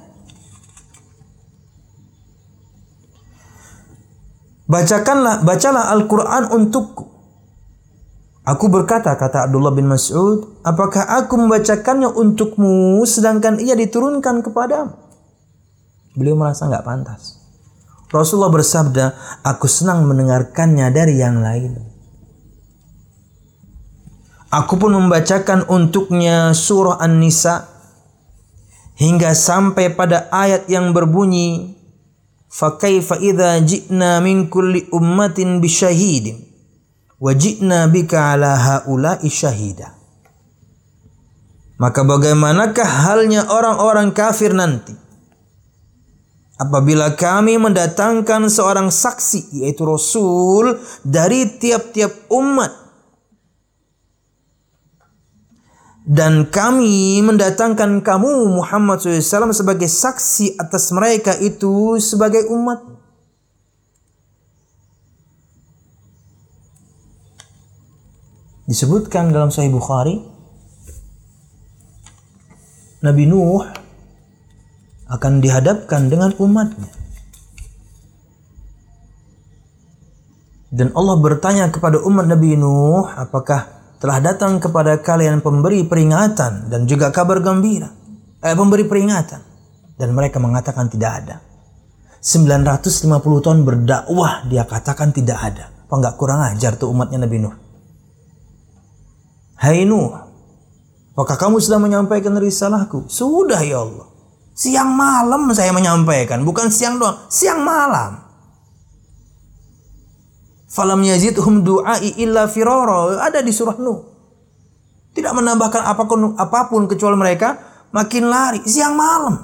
Bacakanlah, bacalah Al-Quran untukku. Aku berkata, kata Abdullah bin Mas'ud, apakah aku membacakannya untukmu sedangkan ia diturunkan kepadamu? Beliau merasa nggak pantas. Rasulullah bersabda, aku senang mendengarkannya dari yang lain. Aku pun membacakan untuknya surah An-Nisa hingga sampai pada ayat yang berbunyi fa kaifa idza ji'na min kulli ummatin bisyahidin wa ji'na bika ala haula'i syahida. Maka bagaimanakah halnya orang-orang kafir nanti apabila kami mendatangkan seorang saksi yaitu Rasul dari tiap-tiap umat, dan kami mendatangkan kamu Muhammad shallallahu alaihi wasallam sebagai saksi atas mereka itu sebagai umat. Disebutkan dalam Sahih Bukhari, Nabi Nuh akan dihadapkan dengan umatnya. Dan Allah bertanya kepada umat Nabi Nuh, apakah telah datang kepada kalian pemberi peringatan dan juga kabar gembira, eh, pemberi peringatan? Dan mereka mengatakan tidak ada. sembilan ratus lima puluh tahun berdakwah dia katakan tidak ada. Apa enggak kurang ajar tuh umatnya Nabi Nuh? Hai Nuh, apakah kamu sudah menyampaikan risalahku? Sudah ya Allah. Siang malam saya menyampaikan, bukan siang doang, siang malam. Falam yazidhum du'ai illa firara, ada di surah Nuh. Tidak menambahkan apapun, apapun kecuali mereka makin lari siang malam.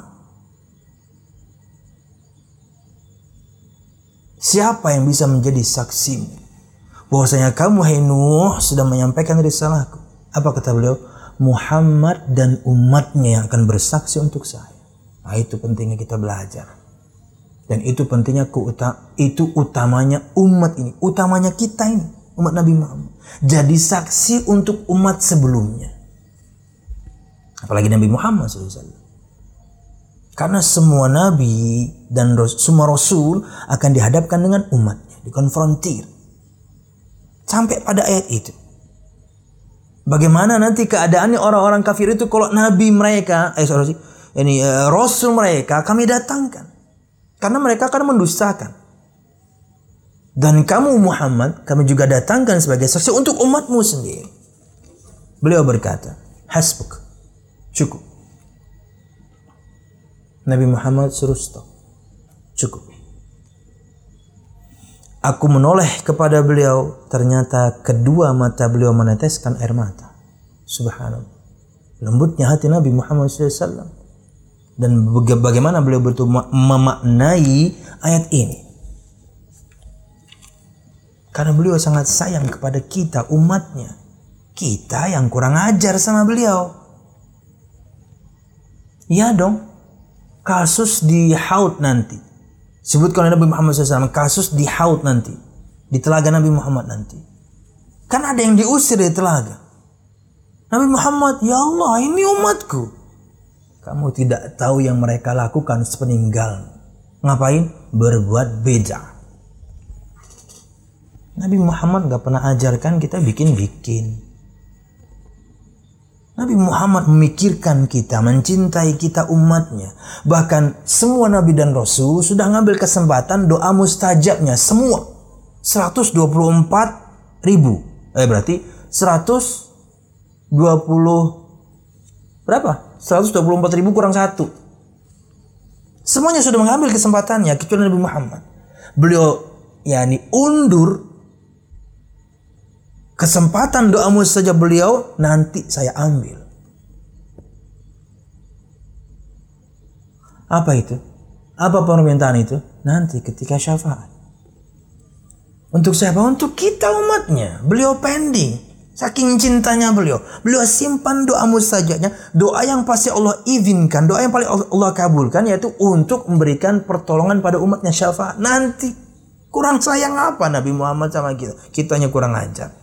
Siapa yang bisa menjadi saksimu bahwasanya kamu hai Nuh sudah menyampaikan risalahku? Apa kata beliau? Muhammad dan umatnya yang akan bersaksi untuk saya. Nah, itu pentingnya kita belajar. Dan itu pentingnya itu utamanya umat ini, utamanya kita ini, umat Nabi Muhammad. Jadi saksi untuk umat sebelumnya. Apalagi Nabi Muhammad shallallahu alaihi wasallam. Karena semua nabi dan semua rasul akan dihadapkan dengan umatnya, dikonfrontir. Sampai pada ayat itu. Bagaimana nanti keadaannya orang-orang kafir itu kalau nabi mereka, eh sorry, ini uh, rasul mereka kami datangkan. Karena mereka akan mendustakan. Dan kamu Muhammad kami juga datangkan sebagai saksi untuk umatmu sendiri. Beliau berkata, hasbuk, cukup. Nabi Muhammad suruh stop, cukup. Aku menoleh kepada beliau, ternyata kedua mata beliau meneteskan air mata. Subhanallah. Lembutnya hati Nabi Muhammad shallallahu alaihi wasallam. Dan bagaimana beliau betul memaknai ayat ini. Karena beliau sangat sayang kepada kita, umatnya. Kita yang kurang ajar sama beliau. Ya dong. Kasus di Haud nanti. Sebutkan oleh Nabi Muhammad shallallahu alaihi wasallam. Kasus di Haud nanti. Di telaga Nabi Muhammad nanti. Kan ada yang diusir dari telaga. Nabi Muhammad, ya Allah ini umatku. Kamu tidak tahu yang mereka lakukan sepeninggal. Ngapain? Berbuat beda. Nabi Muhammad gak pernah ajarkan kita bikin-bikin. Nabi Muhammad memikirkan kita, mencintai kita umatnya. Bahkan semua Nabi dan Rasul sudah ngambil kesempatan doa mustajabnya. Semua. seratus dua puluh empat ribu. Eh berarti seratus dua puluh berapa? seratus dua puluh empat ribu kurang satu. Semuanya sudah mengambil kesempatannya kecuali Nabi Muhammad. Beliau yakni undur kesempatan doa mustajab beliau, nanti saya ambil. Apa itu? Apa permintaan itu? Nanti ketika syafaat. Untuk siapa? Untuk kita umatnya. Beliau pending. Saking cintanya beliau. Beliau simpan doa mustajabnya. Doa yang pasti Allah izinkan. Doa yang paling Allah kabulkan. Yaitu untuk memberikan pertolongan pada umatnya, syafaat. Nanti. Kurang sayang apa Nabi Muhammad sama kita? Kitanya kurang ajar.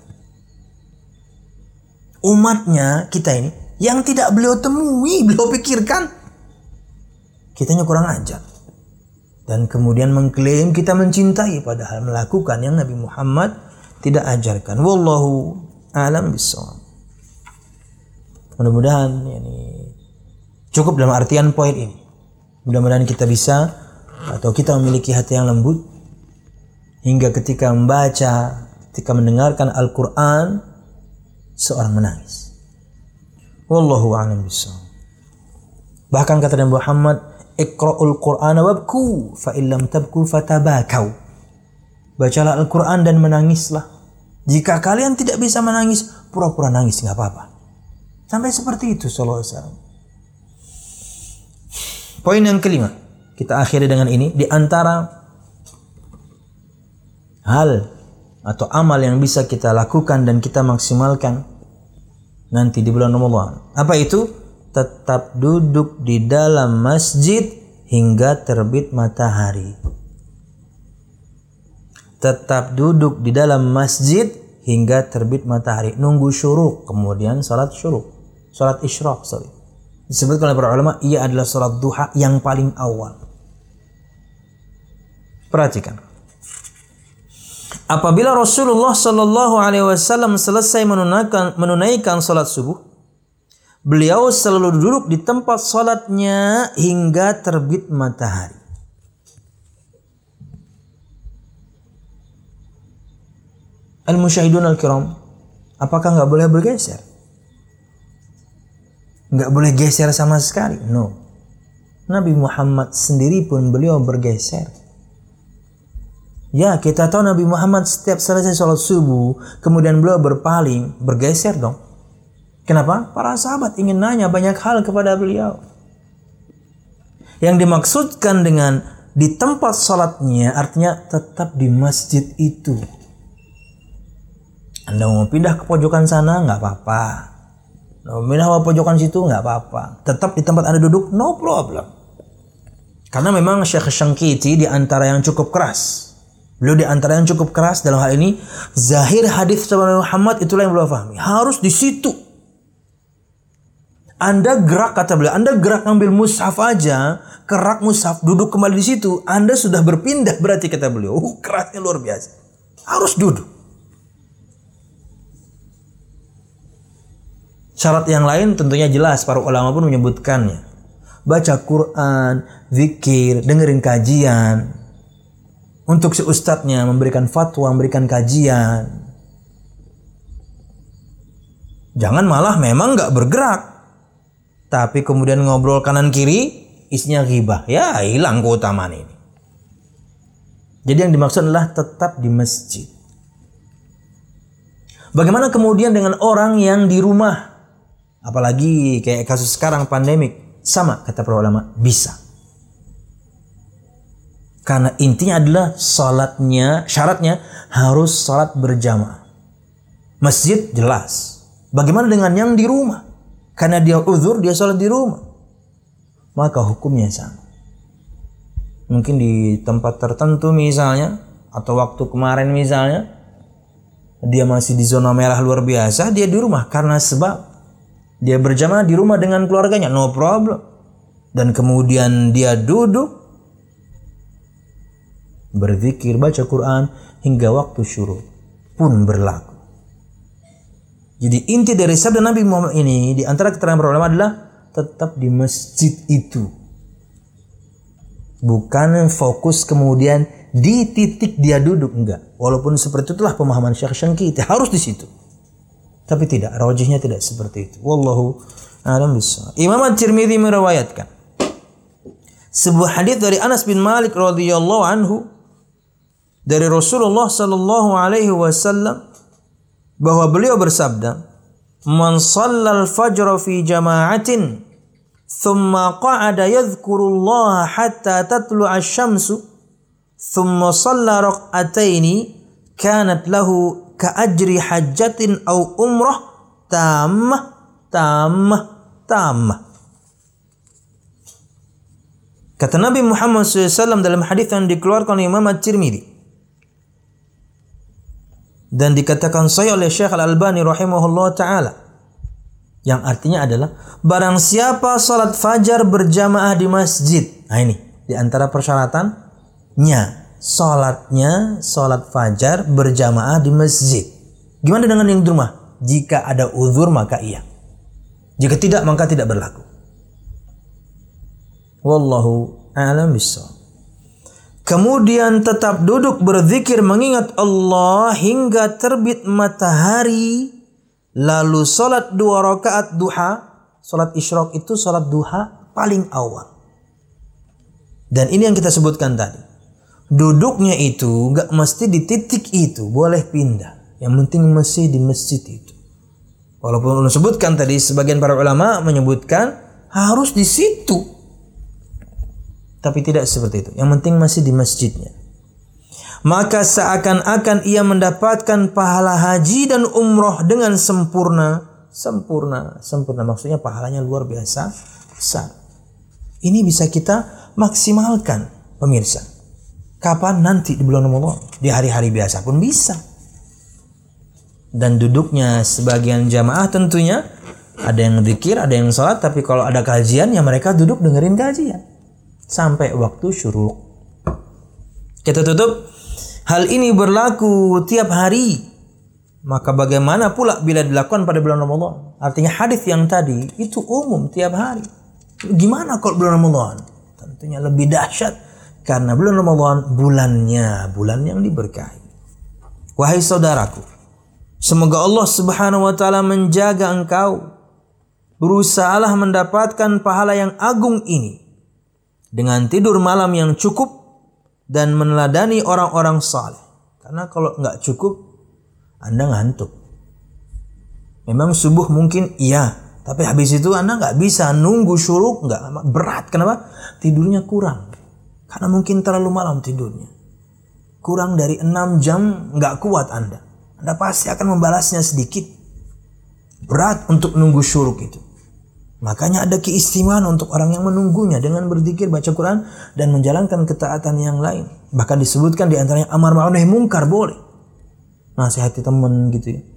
Umatnya kita ini yang tidak beliau temui, beliau pikirkan, kitanya kurang ajar. Dan kemudian mengklaim kita mencintai padahal melakukan yang Nabi Muhammad tidak ajarkan. Wallahu a'lam bishawab. Mudah-mudahan ini cukup dalam artian poin ini. Mudah-mudahan kita bisa atau kita memiliki hati yang lembut hingga ketika membaca, ketika mendengarkan Al-Quran seorang menangis. Wallahu a'lam bishawab. Bahkan kata Nabi Muhammad, Iqra'ul Qur'ana wabku fa illam tabku fatabakau. Bacalah Al-Quran dan menangislah. Jika kalian tidak bisa menangis, pura-pura nangis, enggak apa-apa. Sampai seperti itu sallallahu alaihi wasallam. Poin yang kelima, kita akhiri dengan ini. Di antara hal atau amal yang bisa kita lakukan dan kita maksimalkan nanti di bulan Ramadan. Apa itu? Tetap duduk di dalam masjid hingga terbit matahari. Tetap duduk di dalam masjid hingga terbit matahari. Nunggu syuruk, kemudian salat syuruk. Salat isyraq, sorry. Disebutkan oleh para ulama, ia adalah salat duha yang paling awal. Perhatikan. Apabila Rasulullah Shallallahu Alaihi Wasallam selesai menunaikan, menunaikan salat subuh, beliau selalu duduk di tempat salatnya hingga terbit matahari. Al-musyahidun al-kiram, apakah nggak boleh bergeser? Nggak boleh geser sama sekali? No. Nabi Muhammad sendiri pun beliau bergeser. Ya, kita tahu Nabi Muhammad setiap selesai sholat subuh, kemudian beliau berpaling, bergeser dong. Kenapa? Para sahabat ingin nanya banyak hal kepada beliau. Yang dimaksudkan dengan di tempat sholatnya, artinya tetap di masjid itu. Anda mau pindah ke pojokan sana, nggak apa-apa. Mau pindah ke pojokan situ, nggak apa-apa. Tetap di tempat Anda duduk, no problem. Karena memang Syekh Syangkiti di antara yang cukup keras. Beliau di antara yang cukup keras dalam hal ini, zahir hadis Nabi Muhammad itulah yang beliau pahami. Harus di situ. Anda gerak, kata beliau, Anda gerak ngambil mushaf aja, kerak mushaf, duduk kembali di situ, Anda sudah berpindah berarti, kata beliau. Uh, kerasnya luar biasa. Harus duduk. Syarat yang lain tentunya jelas, para ulama pun menyebutkannya. Baca Quran, zikir, dengerin kajian. Untuk si ustadznya memberikan fatwa, memberikan kajian. Jangan malah memang gak bergerak, tapi kemudian ngobrol kanan kiri, isinya ghibah. Ya, hilang keutamaan ini. Jadi yang dimaksud adalah tetap di masjid. Bagaimana kemudian dengan orang yang di rumah? Apalagi kayak kasus sekarang pandemik. Sama, kata para ulama, bisa. Karena intinya adalah salatnya, syaratnya harus salat berjamaah. Masjid jelas. Bagaimana dengan yang di rumah? Karena dia uzur, dia salat di rumah. Maka hukumnya sama. Mungkin di tempat tertentu misalnya, atau waktu kemarin misalnya, dia masih di zona merah luar biasa, dia di rumah. Karena sebab dia berjamaah di rumah dengan keluarganya, no problem. Dan kemudian dia duduk, berzikir, baca Quran hingga waktu syuruk. pun berlaku. Jadi inti dari sabda Nabi Muhammad ini di antara keterangan para ulama adalah tetap di masjid itu. Bukan fokus kemudian di titik dia duduk, enggak. Walaupun seperti itulah pemahaman Syekh Syangkiti, harus di situ. Tapi tidak, rajihnya tidak seperti itu. Wallahu a'lam bishawab. Imam At-Tirmidzi meriwayatkan sebuah hadis dari Anas bin Malik radhiyallahu anhu dari Rasulullah sallallahu alaihi wasallam bahwa beliau bersabda, "Man shallal fajr fi jama'atin thumma qa'ada yadhkurullaha hatta tatlu'a asy-syamsu thumma shalla rak'ataini kanat lahu ka'ajri hajjatin aw umrah tammah tammah tammah." Kata Nabi Muhammad shallallahu alaihi wasallam dalam hadis yang dikeluarkan oleh Imam At-Tirmidzi dan dikatakan sahih oleh Syekh Al-Albani rahimahullah ta'ala, yang artinya adalah barang siapa salat fajar berjamaah di masjid. Nah ini di antara persyaratannya, salatnya salat fajar berjamaah di masjid. Gimana dengan yang di rumah? Jika ada uzur maka iya, jika tidak maka tidak berlaku. Wallahu a'lam bishawab. Kemudian tetap duduk berzikir mengingat Allah hingga terbit matahari, lalu salat dua rakaat duha. Salat isyraq itu salat duha paling awal. Dan ini yang kita sebutkan tadi. Duduknya itu gak mesti di titik itu, boleh pindah. Yang penting masih di masjid itu. Walaupun disebutkan tadi, sebagian para ulama menyebutkan harus di situ. Tapi tidak seperti itu. Yang penting masih di masjidnya. Maka seakan-akan ia mendapatkan pahala haji dan umroh dengan sempurna. Sempurna. Sempurna maksudnya pahalanya luar biasa besar. Ini bisa kita maksimalkan pemirsa. Kapan? Nanti di bulan Ramadan. Di hari-hari biasa pun bisa. Dan duduknya sebagian jamaah tentunya ada yang zikir, ada yang salat. Tapi kalau ada kajian ya mereka duduk dengerin kajian sampai waktu syuruk. Kita tutup. Hal ini berlaku tiap hari. Maka bagaimana pula bila dilakukan pada bulan Ramadan? Artinya hadis yang tadi itu umum tiap hari. Gimana kalau bulan Ramadan? Tentunya lebih dahsyat karena bulan Ramadan bulannya, bulan yang diberkahi. Wahai saudaraku, semoga Allah Subhanahu wa taala menjaga engkau. Berusahalah mendapatkan pahala yang agung ini dengan tidur malam yang cukup dan meneladani orang-orang saleh. Karena kalau nggak cukup, Anda ngantuk. Memang subuh mungkin iya, tapi habis itu Anda nggak bisa nunggu syuruk, nggak, berat. Kenapa? Tidurnya kurang. Karena mungkin terlalu malam tidurnya. Kurang dari enam jam, nggak kuat Anda. Anda pasti akan membalasnya sedikit. Berat untuk nunggu syuruk itu. Makanya ada keistimewaan untuk orang yang menunggunya dengan berzikir, baca Quran dan menjalankan ketaatan yang lain. Bahkan disebutkan di antaranya amar ma'ruf nahi munkar boleh. Nasihati teman gitu ya.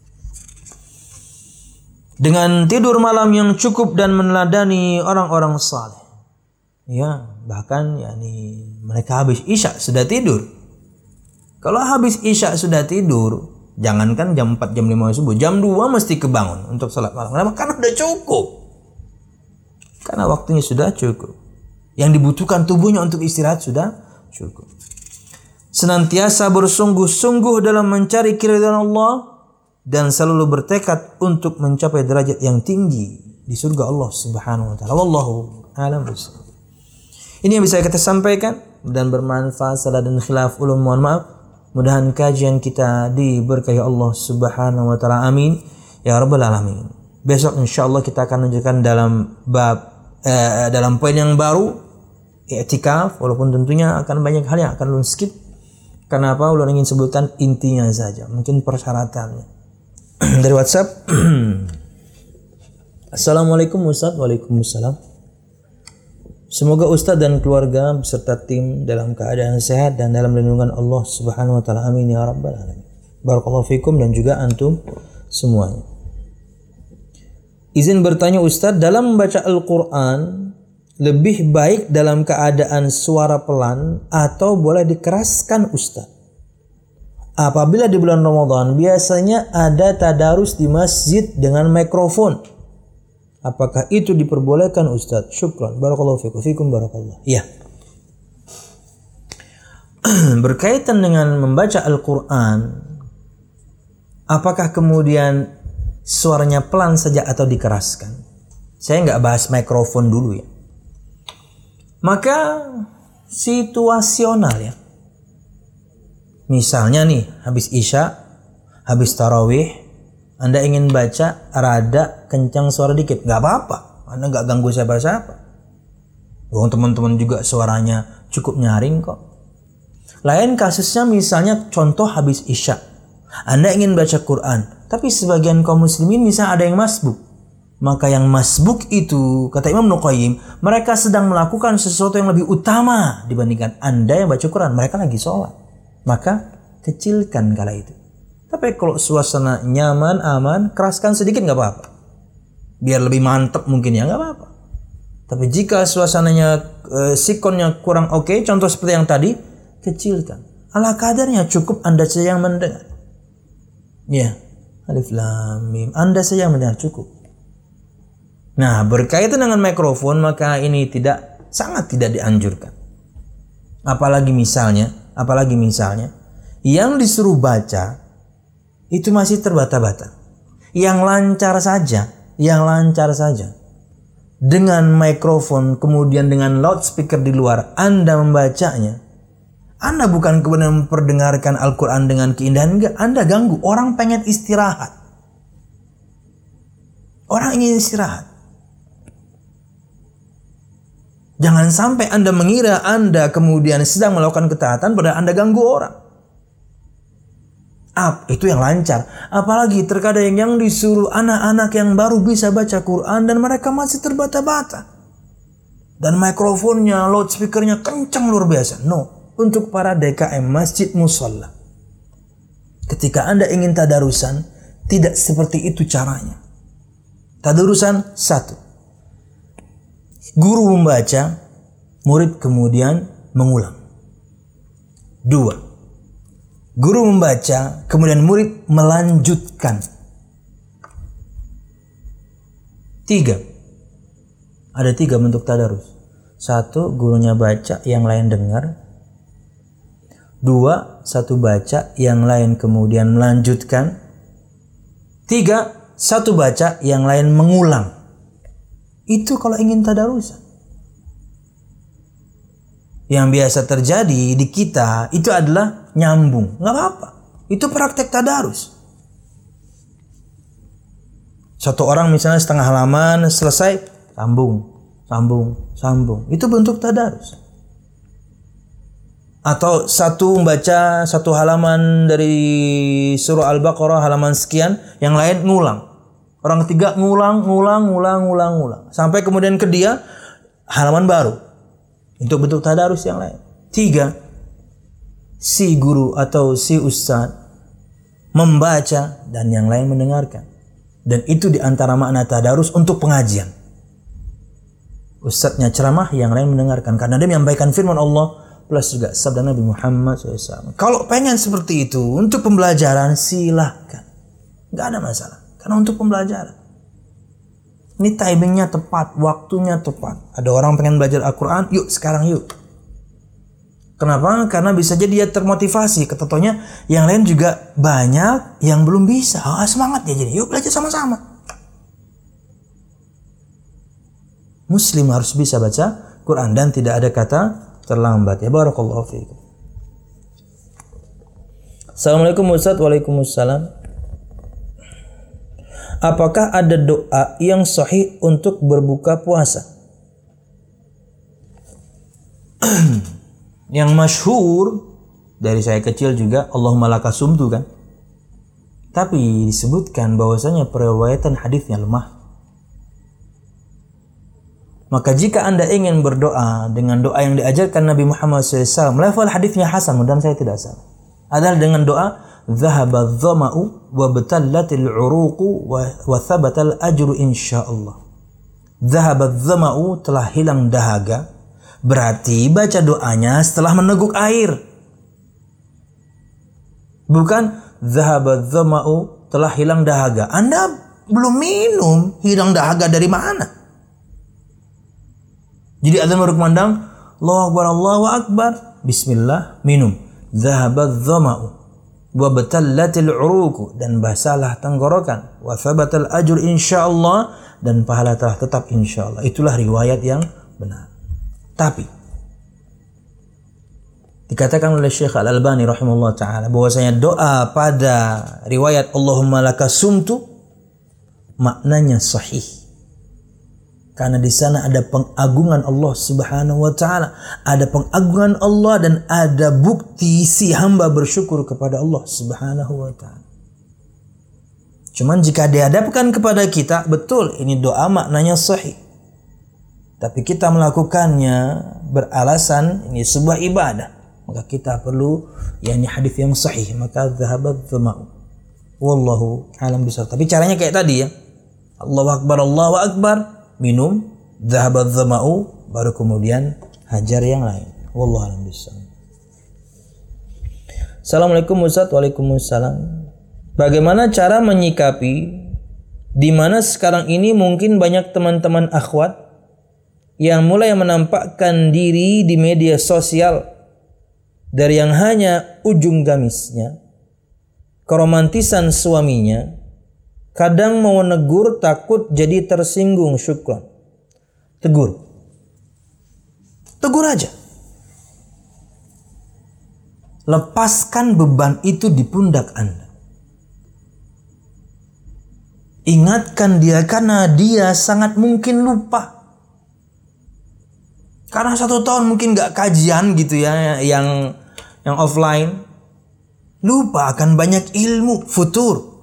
Dengan tidur malam yang cukup dan meneladani orang-orang saleh. Ya, bahkan yakni mereka habis Isya sudah tidur. Kalau habis Isya sudah tidur, jangankan jam empat, jam lima subuh, jam dua mesti kebangun untuk salat malam. Kenapa? Karena udah cukup. Karena waktunya sudah cukup. Yang dibutuhkan tubuhnya untuk istirahat sudah cukup. Senantiasa bersungguh-sungguh dalam mencari keridhaan Allah dan selalu bertekad untuk mencapai derajat yang tinggi di surga Allah Subhanahu wa taala. Wallahu a'lam bishawab. Ini yang bisa kita sampaikan dan bermanfaat. Salah dan khilaf ulum, mohon maaf. Mudahan kajian kita diberkahi Allah Subhanahu wa taala. Amin ya rabbal alamin. Besok insyaallah kita akan lanjutkan dalam bab eh, dalam poin yang baru, i'tikaf, walaupun tentunya akan banyak hal yang akan ulun skip. Kenapa? Ulun ingin sebutkan intinya saja, mungkin persyaratannya. Dari WhatsApp. Assalamualaikum Ustaz. Waalaikumsalam. Semoga Ustaz dan keluarga beserta tim dalam keadaan sehat dan dalam lindungan Allah Subhanahu wa taala. Amin ya rabbal alamin. Barakallahu fikum dan juga antum semuanya. Izin bertanya Ustaz, dalam membaca Al-Quran lebih baik dalam keadaan suara pelan atau boleh dikeraskan Ustaz? apabila di bulan Ramadan biasanya ada tadarus di masjid dengan mikrofon. Apakah itu diperbolehkan Ustaz? Syukran. Barakallahu fikum. Fikum barakallah. Iya. Berkaitan dengan membaca Al-Quran, apakah kemudian suaranya pelan saja atau dikeraskan? Saya nggak bahas mikrofon dulu ya. Maka situasional ya. Misalnya nih, habis Isya, habis Tarawih, Anda ingin baca rada kencang suara dikit, nggak apa-apa. Anda nggak ganggu siapa-siapa. Wong teman-teman juga suaranya cukup nyaring kok. Lain kasusnya misalnya contoh habis Isya, Anda ingin baca Quran, tapi sebagian kaum muslimin misalnya ada yang masbuk. Maka yang masbuk itu, kata Imam Nuqayyim, mereka sedang melakukan sesuatu yang lebih utama dibandingkan Anda yang baca Quran. Mereka lagi sholat. Maka kecilkan kala itu. Tapi kalau suasana nyaman, aman, keraskan sedikit nggak apa-apa. Biar lebih mantap mungkin ya, nggak apa-apa. Tapi jika suasananya, e, sikonnya kurang oke, okay, contoh seperti yang tadi, kecilkan. Ala kadarnya cukup Anda saja yang mendengar. Ya, alif lam mim. Anda saja yang mendengar cukup. Nah, berkaitan dengan mikrofon maka ini tidak sangat tidak dianjurkan. Apalagi misalnya Apalagi misalnya yang disuruh baca itu masih terbata-bata. Yang lancar saja, yang lancar saja. Dengan mikrofon kemudian dengan loudspeaker di luar Anda membacanya. Anda bukan kemudian memperdengarkan Al-Quran dengan keindahan, enggak. Anda ganggu. Orang pengen istirahat. Orang ingin istirahat. Jangan sampai Anda mengira Anda kemudian sedang melakukan ketaatan padahal Anda ganggu orang. Up, itu yang lancar. Apalagi terkadang yang disuruh anak-anak yang baru bisa baca Quran dan mereka masih terbata-bata. Dan mikrofonnya, loudspeakernya kencang luar biasa. No, untuk para D K M Masjid Musalla. Ketika Anda ingin tadarusan, tidak seperti itu caranya. Tadarusan satu. Guru membaca, murid kemudian mengulang. Dua. Guru membaca, kemudian murid melanjutkan. Tiga. Ada tiga bentuk tadarus. Satu, gurunya baca, yang lain dengar. Dua, satu baca, yang lain kemudian melanjutkan. Tiga, satu baca, yang lain mengulang. Itu kalau ingin tadarusan. Yang biasa terjadi di kita itu adalah nyambung. Nggak apa-apa. Itu praktek tadarus. Satu orang misalnya setengah halaman selesai, sambung, sambung, sambung. Itu bentuk tadarus. Atau satu membaca satu halaman dari surah Al-Baqarah halaman sekian, yang lain ngulang. Orang ketiga ngulang, ngulang, ngulang, ngulang, ngulang. Sampai kemudian ke dia halaman baru. Untuk bentuk tadarus yang lain. Tiga, si guru atau si ustaz membaca dan yang lain mendengarkan. Dan itu diantara makna tadarus untuk pengajian. Ustaznya ceramah, yang lain mendengarkan. Karena dia menyampaikan firman Allah plus juga sabda Nabi Muhammad shallallahu alaihi wasallam. Kalau pengen seperti itu untuk pembelajaran silahkan. Gak ada masalah. Karena untuk pembelajaran. Ini timingnya tepat, waktunya tepat. Ada orang pengen belajar Al-Quran, yuk sekarang yuk. Kenapa? Karena bisa jadi dia termotivasi. Ketatonya yang lain juga banyak yang belum bisa. Oh, semangat ya jadi, yuk belajar sama-sama. Muslim harus bisa baca Quran dan tidak ada kata terlambat. Ya barakallahu fiikum. Assalamualaikum Ustaz. Waalaikumsalam. Apakah ada doa yang sahih untuk berbuka puasa? Yang masyhur dari saya kecil juga Allahumma laka sumtu kan. Tapi disebutkan bahwasanya periwayatan hadisnya lemah. Maka jika Anda ingin berdoa dengan doa yang diajarkan Nabi Muhammad shallallahu alaihi wasallam, level hadisnya hasan dan saya tidak salah. Adalah dengan doa dhahaba dhama'u wa batallatil 'uruqu wa thabatal ajru insyaallah. Dhahaba dhama'u, telah hilang dahaga. Berarti baca doanya setelah meneguk air. Bukan dhahabadz dhama'u, telah hilang dahaga. Anda belum minum, hilang dahaga dari mana? Jadi azan berkumandang, Allahu Akbar, Allahu Akbar, bismillah, minum. Dhahabadz dhama'u wa batallatil 'uruqu, dan basalah tenggorokan. Wa thabatal ajr insyaallah, dan pahala telah tetap insyaallah. Itulah riwayat yang benar. Tapi dikatakan oleh Syekh Al-Albani rahimahullah ta'ala bahwasanya doa pada riwayat Allahumma laka sumtu maknanya sahih. Karena di sana ada pengagungan Allah Subhanahu wa taala, ada pengagungan Allah dan ada bukti si hamba bersyukur kepada Allah Subhanahu wa taala. Cuman jika dihadapkan kepada kita, betul ini doa maknanya sahih. Tapi kita melakukannya beralasan ini sebuah ibadah, maka kita perlu yakni hadis yang sahih, maka dhahabadz dhama'u. Wallahu a'lam bishawab. Tapi caranya kayak tadi ya. Allahu Akbar, Allahu Akbar, minum, dhahabadz dhama'u, baru kemudian hajar yang lain. Wallahu a'lam bishawab. Assalamualaikum Ustaz. Waalaikumsalam. Bagaimana cara menyikapi di mana sekarang ini mungkin banyak teman-teman akhwat yang mulai menampakkan diri di media sosial dari yang hanya ujung gamisnya, keromantisan suaminya, kadang mau negur takut jadi tersinggung, syukran. Tegur. Tegur aja. Lepaskan beban itu di pundak Anda. Ingatkan dia karena dia sangat mungkin lupa. Karena satu tahun mungkin gak kajian gitu ya, yang yang offline. Lupa akan banyak ilmu, futur.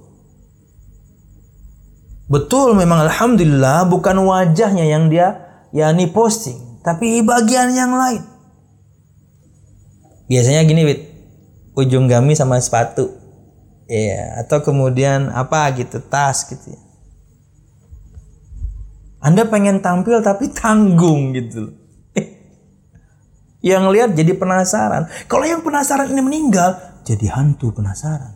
Betul memang alhamdulillah bukan wajahnya yang dia yakni posting, tapi bagian yang lain. Biasanya gini, Wit. Ujung gamis sama sepatu. Iya, atau kemudian apa gitu, tas gitu ya. Anda pengen tampil tapi tanggung gitu loh. Yang lihat jadi penasaran. Kalau yang penasaran ini meninggal, jadi hantu penasaran.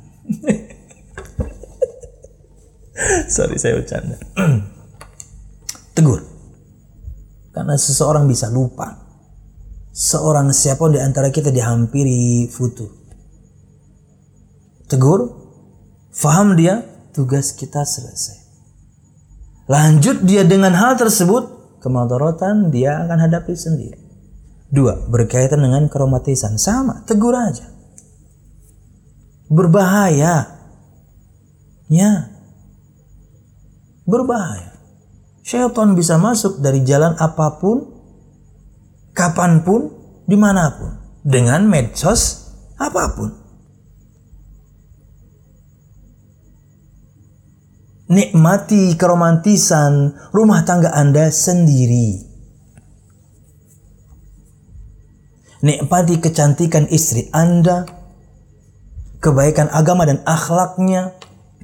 Sorry, saya bercanda. Tegur. Karena seseorang bisa lupa. Seorang siapapun di antara kita dihampiri futur. Tegur. Faham dia, tugas kita selesai. Lanjut dia dengan hal tersebut, kemudaratan dia akan hadapi sendiri. Dua, berkaitan dengan keromantisan. Sama, tegur aja. Berbahaya. Ya. Berbahaya. Syaitan bisa masuk dari jalan apapun, kapanpun, dimanapun. Dengan medsos apapun. Nikmati keromantisan rumah tangga Anda sendiri. Nikmati kecantikan istri Anda, kebaikan agama dan akhlaknya,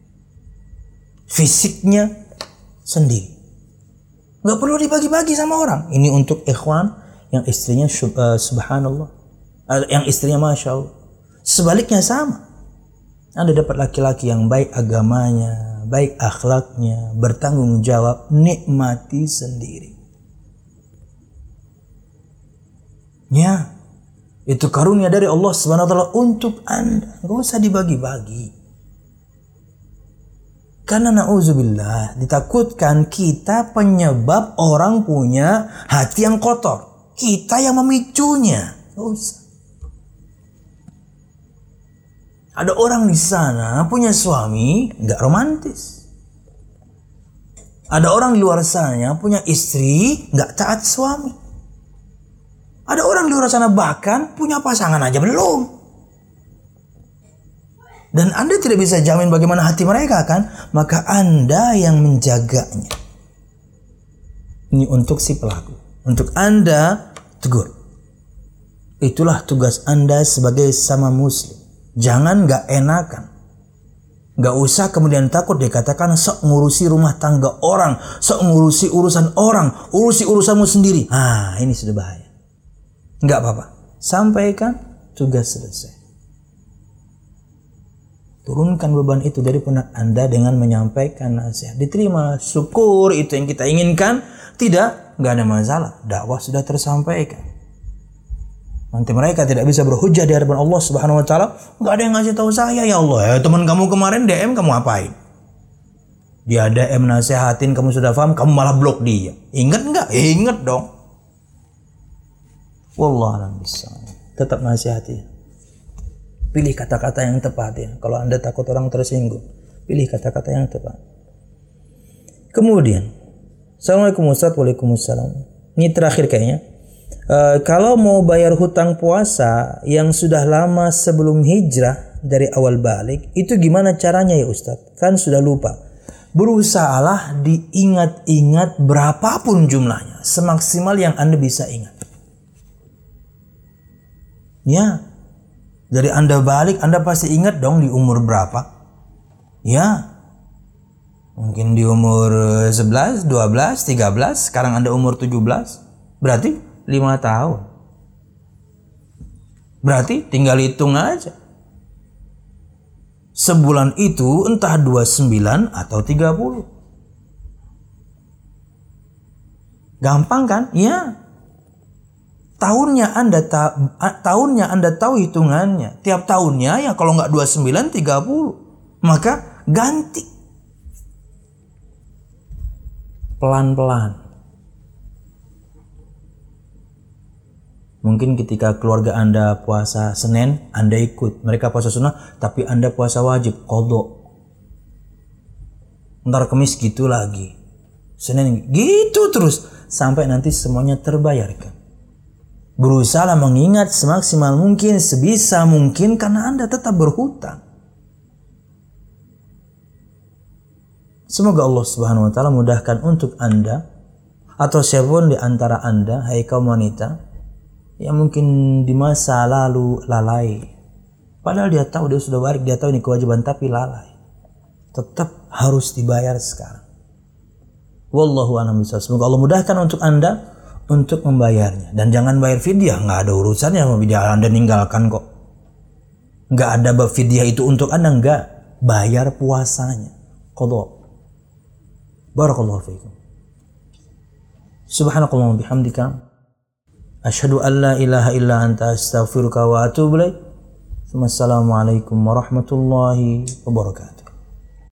fisiknya sendiri. Gak perlu dibagi-bagi sama orang. Ini untuk ikhwan yang istrinya uh, subhanallah, uh, yang istrinya masya Allah. Sebaliknya sama. Anda dapat laki-laki yang baik agamanya, baik akhlaknya, bertanggung jawab, nikmati sendiri. Ya. Itu karunia dari Allah Subhanahu wa taala untuk Anda. Enggak usah dibagi-bagi. Karena na'udzubillah, ditakutkan kita penyebab orang punya hati yang kotor. Kita yang memicunya. Enggak usah. Ada orang di sana punya suami enggak romantis. Ada orang di luar sana punya istri enggak taat suami. Ada orang di luar sana bahkan punya pasangan aja belum. Dan Anda tidak bisa jamin bagaimana hati mereka kan? Maka Anda yang menjaganya. Ini untuk si pelaku. Untuk Anda tegur. Itulah tugas Anda sebagai sama muslim. Jangan gak enakan. Gak usah kemudian takut dikatakan sok ngurusi rumah tangga orang. Sok ngurusi urusan orang. Urusi urusanmu sendiri. Ah, ini sudah bahaya. Enggak apa-apa. Sampaikan, tugas selesai. Turunkan beban itu dari pundak Anda dengan menyampaikan nasihat. Diterima, syukur, itu yang kita inginkan. Tidak, nggak ada masalah. Dakwah sudah tersampaikan. Nanti mereka tidak bisa berhujjah di hadapan Allah Subhanahu wa taala. Nggak ada yang ngasih tahu saya, ya Allah, ya teman kamu kemarin D M kamu apain? Dia D M nasihatin, kamu sudah paham, kamu malah blok dia. Ingat nggak? Ingat dong. Wallahu a'lam bishawab. Tetap nasihati. Pilih kata-kata yang tepat ya. Kalau Anda takut orang tersinggung, pilih kata-kata yang tepat. Kemudian, Assalamualaikum Ustaz. Waalaikumsalam. Ini terakhir kayaknya. Uh, kalau mau bayar hutang puasa yang sudah lama sebelum hijrah dari awal balik, itu gimana caranya ya Ustaz? Kan sudah lupa. Berusahalah diingat-ingat berapapun jumlahnya, semaksimal yang Anda bisa ingat. Ya, dari Anda balik, Anda pasti ingat dong di umur berapa. Ya, mungkin di umur sebelas, dua belas, tiga belas, sekarang Anda umur tujuh belas, berarti lima tahun. Berarti tinggal hitung aja. Sebulan itu entah dua puluh sembilan atau tiga puluh. Gampang kan? Ya. Tahunnya Anda ta- tahunnya Anda tahu hitungannya. Tiap tahunnya ya kalau nggak dua puluh sembilan, tiga puluh. Maka ganti. Pelan-pelan. Mungkin ketika keluarga Anda puasa Senin, Anda ikut. Mereka puasa sunnah, tapi Anda puasa wajib, qadha. Ntar Kamis gitu lagi. Senin gitu terus. Sampai nanti semuanya terbayarkan. Berusaha mengingat semaksimal mungkin, sebisa mungkin, karena Anda tetap berhutang. Semoga Allah Subhanahu wa taala mudahkan untuk Anda atau siapapun di antara Anda, hai kaum wanita, yang mungkin di masa lalu lalai. Padahal dia tahu, dia sudah balik, dia tahu ini kewajiban, tapi lalai. Tetap harus dibayar sekarang. Wallahu a'lam bishawab. Semoga Allah mudahkan untuk Anda untuk membayarnya. Dan jangan bayar fidyah, nggak ada urusannya sama fidyah. Anda ninggalkan kok. Nggak ada bab fidyah itu untuk Anda, nggak. Bayar puasanya. Qadha. Barakallahu fiikum. Subhanakallahumma bihamdika. Asyhadu an la ilaha illa anta astaghfiruka wa atubu ilaik. Wassalamualaikum warahmatullahi wabarakatuh.